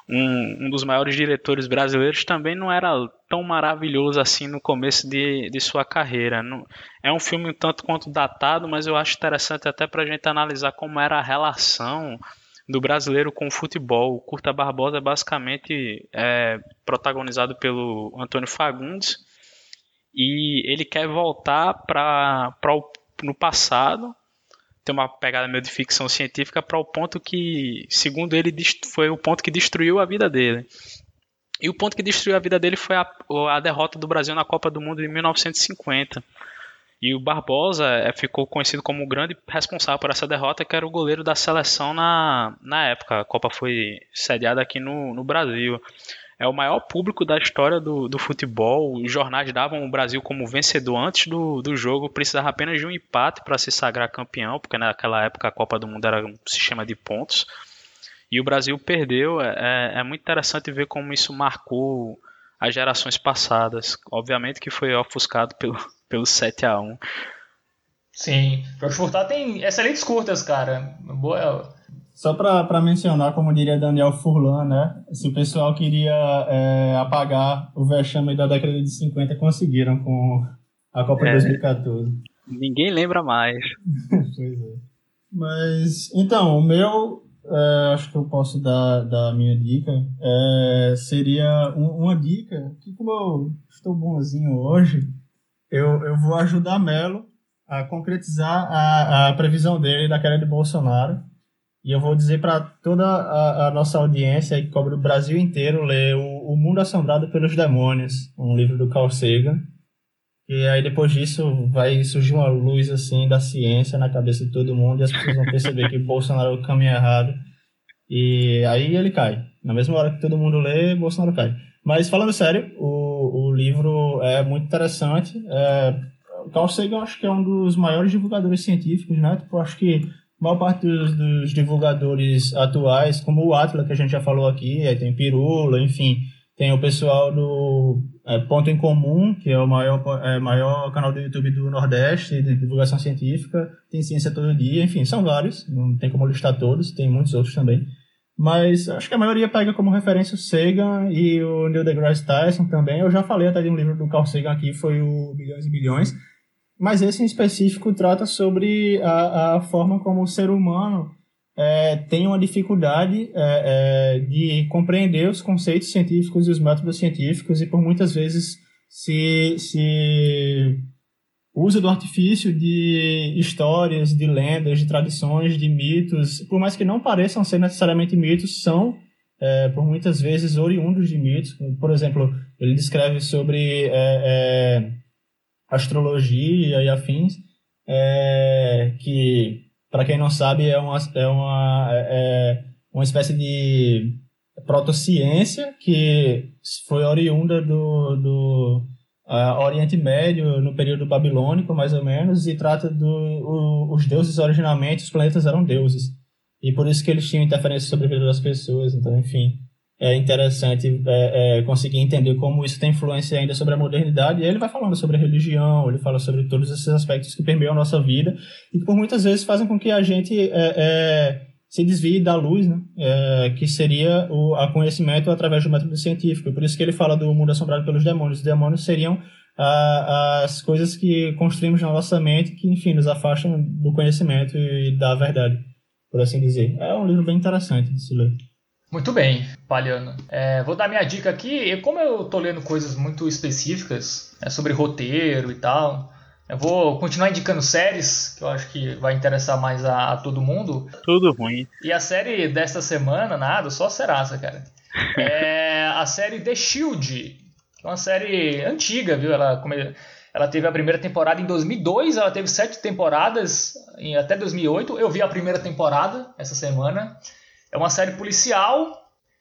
um, um dos maiores diretores brasileiros também não era tão maravilhoso assim no começo de, de sua carreira. Não, é um filme um tanto quanto datado, mas eu acho interessante até para a gente analisar como era a relação do brasileiro com o futebol. O Curta Barbosa é basicamente é, protagonizado pelo Antônio Fagundes e ele quer voltar para no passado, tem uma pegada meio de ficção científica para o ponto que, segundo ele, foi o ponto que destruiu a vida dele. E o ponto que destruiu a vida dele foi a, a derrota do Brasil na Copa do Mundo em mil novecentos e cinquenta. E o Barbosa é, ficou conhecido como o grande responsável por essa derrota, que era o goleiro da seleção na, na época. A Copa foi sediada aqui no, no Brasil. É o maior público da história do, do futebol. Os jornais davam o Brasil como vencedor antes do, do jogo. Precisava apenas de um empate para se sagrar campeão, porque naquela época a Copa do Mundo era um sistema de pontos. E o Brasil perdeu. É, é muito interessante ver como isso marcou as gerações passadas. Obviamente que foi ofuscado pelo, pelo sete a um. Sim, Jogos Furtados tem excelentes curtas, cara. Boa. Só para mencionar, como diria Daniel Furlan, né? Se o pessoal queria é, apagar o vexame da década de cinquenta, conseguiram com a Copa de é, dois mil e catorze. Ninguém lembra mais. Pois é. Mas, então, o meu, é, acho que eu posso dar, dar a minha dica, é, seria um, uma dica que, como eu estou bonzinho hoje, eu, eu vou ajudar Melo a concretizar a, a previsão dele da queda de Bolsonaro. E eu vou dizer para toda a, a nossa audiência que cobre o Brasil inteiro ler o, o Mundo Assombrado pelos Demônios, um livro do Carl Sagan. E aí depois disso vai surgir uma luz assim da ciência na cabeça de todo mundo e as pessoas vão perceber que Bolsonaro é o caminho errado. E aí ele cai. Na mesma hora que todo mundo lê, Bolsonaro cai. Mas falando sério, o, o livro é muito interessante. É, o Carl Sagan acho que é um dos maiores divulgadores científicos, né? Tipo, acho que a maior parte dos, dos divulgadores atuais, como o Atila, que a gente já falou aqui, aí tem Pirula, enfim, tem o pessoal do é, Ponto em Comum, que é o maior, é, maior canal do YouTube do Nordeste, de divulgação científica, tem Ciência Todo Dia, enfim, são vários, não tem como listar todos, tem muitos outros também. Mas acho que a maioria pega como referência o Sagan e o Neil deGrasse Tyson também. Eu já falei até de um livro do Carl Sagan aqui, foi o Bilhões e Bilhões. Mas esse em específico trata sobre a, a forma como o ser humano é, tem uma dificuldade é, é, de compreender os conceitos científicos e os métodos científicos e por muitas vezes se, se usa do artifício de histórias, de lendas, de tradições, de mitos, por mais que não pareçam ser necessariamente mitos, são é, por muitas vezes oriundos de mitos. Por exemplo, ele descreve sobre é, é, astrologia e afins, é, que, para quem não sabe, é uma, é uma, é uma espécie de protociência que foi oriunda do, do uh, Oriente Médio, no período babilônico, mais ou menos, e trata dos do, deuses originalmente, os planetas eram deuses, e por isso que eles tinham interferência sobre a vida das pessoas. Então, enfim, é interessante é, é, conseguir entender como isso tem influência ainda sobre a modernidade. E aí ele vai falando sobre a religião, ele fala sobre todos esses aspectos que permeiam a nossa vida e que por muitas vezes fazem com que a gente é, é, se desvie da luz, né? É, que seria o a conhecimento através do método científico. Por isso que ele fala do mundo assombrado pelos demônios. Os demônios seriam a, as coisas que construímos na nossa mente que, enfim, nos afastam do conhecimento e da verdade, por assim dizer. É um livro bem interessante de se ler. Muito bem, Palhano. É, vou dar minha dica aqui. E como eu tô lendo coisas muito específicas, né, sobre roteiro e tal, eu vou continuar indicando séries, que eu acho que vai interessar mais a, a todo mundo. Tudo ruim. E a série desta semana, nada, só serasa, cara. É a série The Shield, que é uma série antiga, viu? Ela, ela teve a primeira temporada em dois mil e dois, ela teve sete temporadas em, até dois mil e oito. Eu vi a primeira temporada essa semana. É uma série policial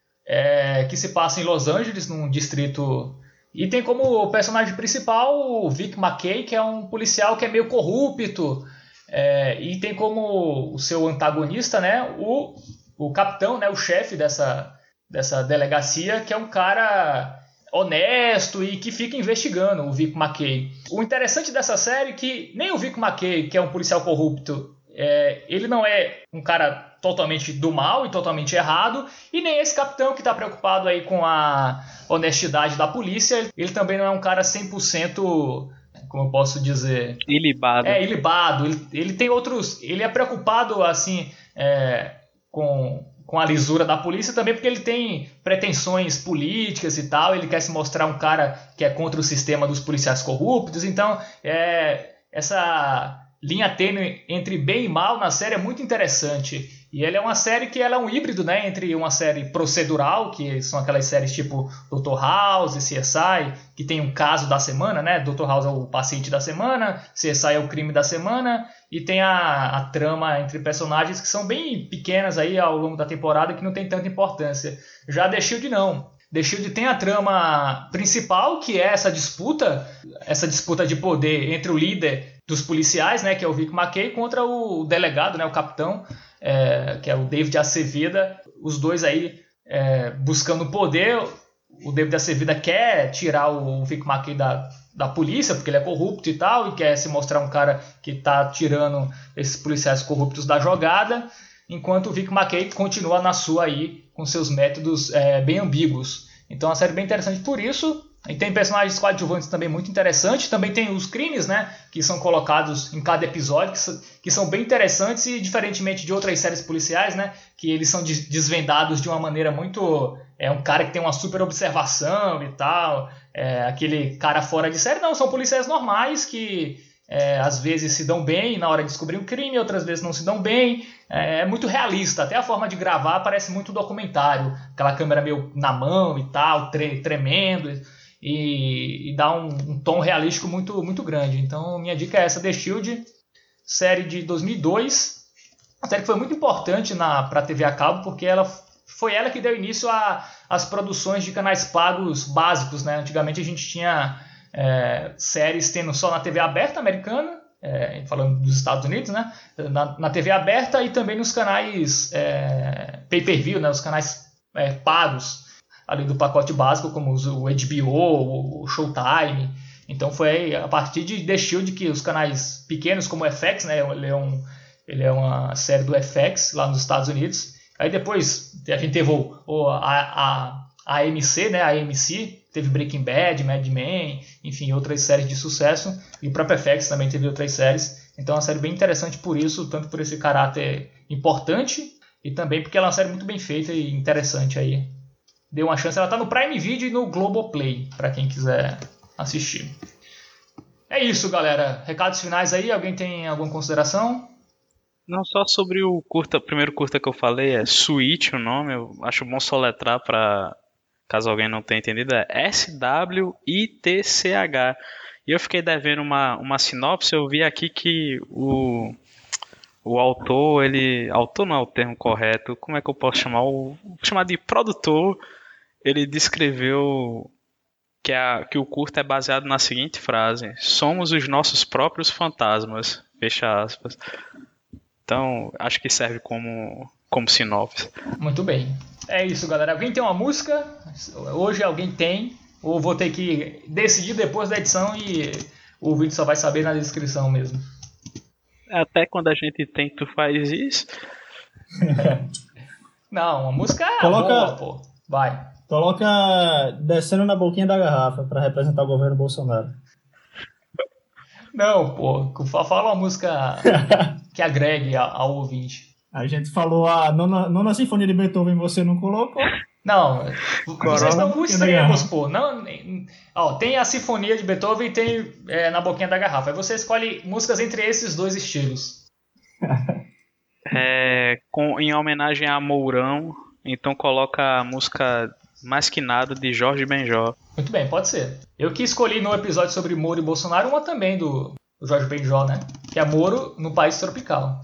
é, que se passa em Los Angeles, num distrito... E tem como personagem principal o Vic Mackey, que é um policial que é meio corrupto. É, e tem como o seu antagonista, né, o, o capitão, né, o chefe dessa, dessa delegacia, que é um cara honesto e que fica investigando o Vic Mackey. O interessante dessa série é que nem o Vic Mackey, que é um policial corrupto, é, ele não é um cara totalmente do mal e totalmente errado, e nem esse capitão que está preocupado aí com a honestidade da polícia, ele também não é um cara cem por cento, como eu posso dizer... Ilibado. É, ilibado. Ele, ele tem outros... Ele é preocupado, assim, é, com, com a lisura da polícia também, porque ele tem pretensões políticas e tal, ele quer se mostrar um cara que é contra o sistema dos policiais corruptos, então, é, essa... linha tênue entre bem e mal na série é muito interessante. E ela é uma série que ela é um híbrido, né, entre uma série procedural, que são aquelas séries tipo doutor House, C S I, que tem um caso da semana, né? doutor House é o paciente da semana, C S I é o crime da semana, e tem a, a trama entre personagens que são bem pequenas aí ao longo da temporada, que não tem tanta importância. Já The Shield não. The Shield tem a trama principal, que é essa disputa, essa disputa de poder entre o líder dos policiais, né, que é o Vic Mackey, contra o delegado, né, o capitão, é, que é o David Aceveda. Os dois aí é, buscando poder. O David Aceveda quer tirar o Vic Mackey da, da polícia, porque ele é corrupto e tal, e quer se mostrar um cara que está tirando esses policiais corruptos da jogada, enquanto o Vic Mackey continua na sua aí, com seus métodos é, bem ambíguos. Então é uma série bem interessante por isso. E tem personagens coadjuvantes também muito interessantes. Também tem os crimes, né, que são colocados em cada episódio, que, que são bem interessantes, e diferentemente de outras séries policiais, né, que eles são desvendados de uma maneira muito... É um cara que tem uma super observação e tal, é, aquele cara fora de série. Não, são policiais normais que é, às vezes se dão bem na hora de descobrir um crime, outras vezes não se dão bem. É, é muito realista, até a forma de gravar parece muito documentário, aquela câmera meio na mão e tal, tre- tremendo... E, e dá um, um tom realístico muito, muito grande. Então minha dica é essa, The Shield, série de dois mil e dois, uma série que foi muito importante para a T V a cabo, porque ela, foi ela que deu início às produções de canais pagos básicos, né? Antigamente a gente tinha é, séries tendo só na T V aberta americana, é, falando dos Estados Unidos, né? na, na T V aberta, e também nos canais é, pay-per-view, né? Os canais é, pagos ali do pacote básico, como o H B O, o Showtime. Então foi a partir de The Shield que os canais pequenos, como o F X, né, ele, é um, ele é uma série do F X lá nos Estados Unidos. Aí depois a gente teve o, o, a, a, a AMC, né, a AMC, teve Breaking Bad, Mad Men, enfim, outras séries de sucesso. E o próprio F X também teve outras séries. Então é uma série bem interessante por isso, tanto por esse caráter importante, e também porque ela é uma série muito bem feita e interessante aí. Dê uma chance, ela tá no Prime Video e no Globoplay, para quem quiser assistir. É isso, galera. Recados finais aí, alguém tem alguma consideração? Não, só sobre o curta, o primeiro curta que eu falei, é Switch o nome, eu acho bom soletrar para caso alguém não tenha entendido, é S W I T C H. E eu fiquei devendo uma, uma sinopse, eu vi aqui que o... O autor, ele... Autor não é o termo correto. Como é que eu posso chamar? O, vou chamar de produtor. Ele descreveu que, a, que o curta é baseado na seguinte frase: somos os nossos próprios fantasmas. Fecha aspas. Então, acho que serve como, como sinopse. Muito bem. É isso, galera. Alguém tem uma música? Hoje alguém tem. Ou vou ter que decidir depois da edição e o vídeo só vai saber na descrição mesmo. Até quando a gente tem, tu faz isso. Não, a música é Coloca, boa, pô. Vai. Coloca Descendo na Boquinha da Garrafa para representar o governo Bolsonaro. Não, pô. Fala uma música que agregue ao ouvinte. A gente falou a nona, nona Sinfonia de Beethoven, você não colocou? Não, vocês estão muito extremos, pô. Não, ó, tem a Sinfonia de Beethoven e tem é, Na Boquinha da Garrafa. Aí você escolhe músicas entre esses dois estilos. É, com, em homenagem a Mourão, então coloca a música Mais Que Nada, de Jorge Benjó. Muito bem, pode ser. Eu que escolhi no episódio sobre Moro e Bolsonaro uma também do, do Jorge Benjó, né? Que é Moro no País Tropical.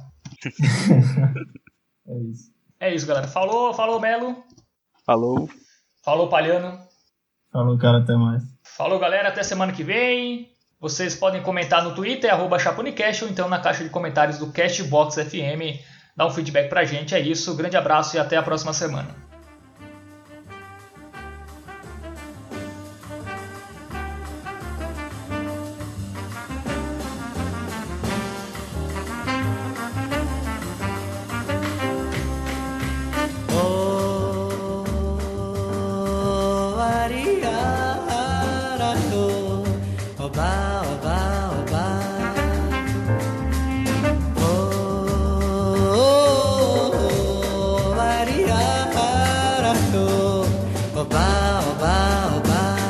É isso. É isso, galera. Falou, falou, Melo. Falou. Falou, Palhano. Falou, cara, até mais. Falou, galera, até semana que vem. Vocês podem comentar no Twitter, arroba Chapunicast, ou então na caixa de comentários do Castbox F M. Dá um feedback pra gente. É isso, grande abraço e até a próxima semana.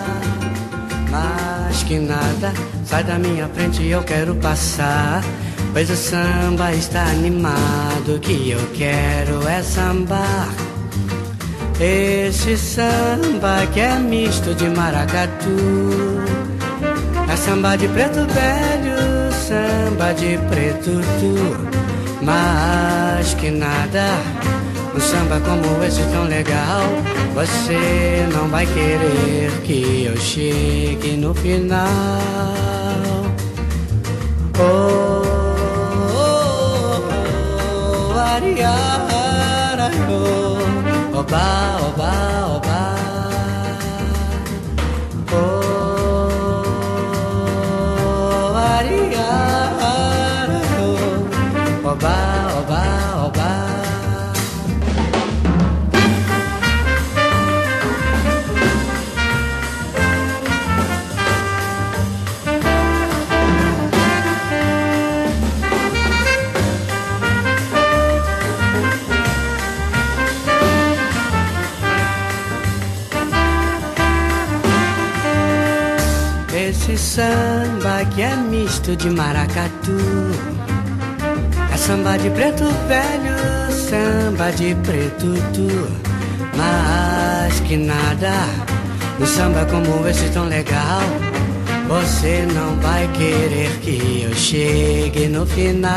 Sai da minha frente, eu quero passar. pois o samba está animado, que eu quero é sambar. Esse samba que é misto de maracatu, é samba de preto velho, samba de preto tu. Mas que nada, um samba como esse tão legal, você não vai querer que eu chegue no final. Oh, oh, oh, oh, ariara, oh, oba, oba, oba. Oh, ariara, oh, oba, oba, oba. Esse samba que é misto de maracatu, é samba de preto velho, samba de preto tu. Mas que nada, um samba como esse tão legal, você não vai querer que eu chegue no final.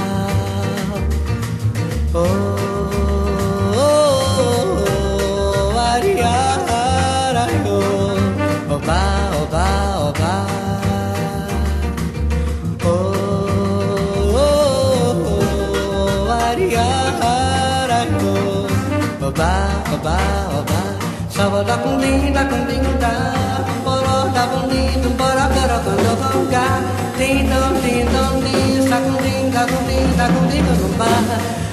Oh, oh, oh, oh, ariara, oh, oba, oba, oba. Oh, oh, oh, ariara, oh, oba, oba, oba. Sava da cundim, da cundim, da poró, da bundim, do poró, poró, quando conga. Tim, dom, tim, dom, tim, sa cundim, da cundim, da cundim, do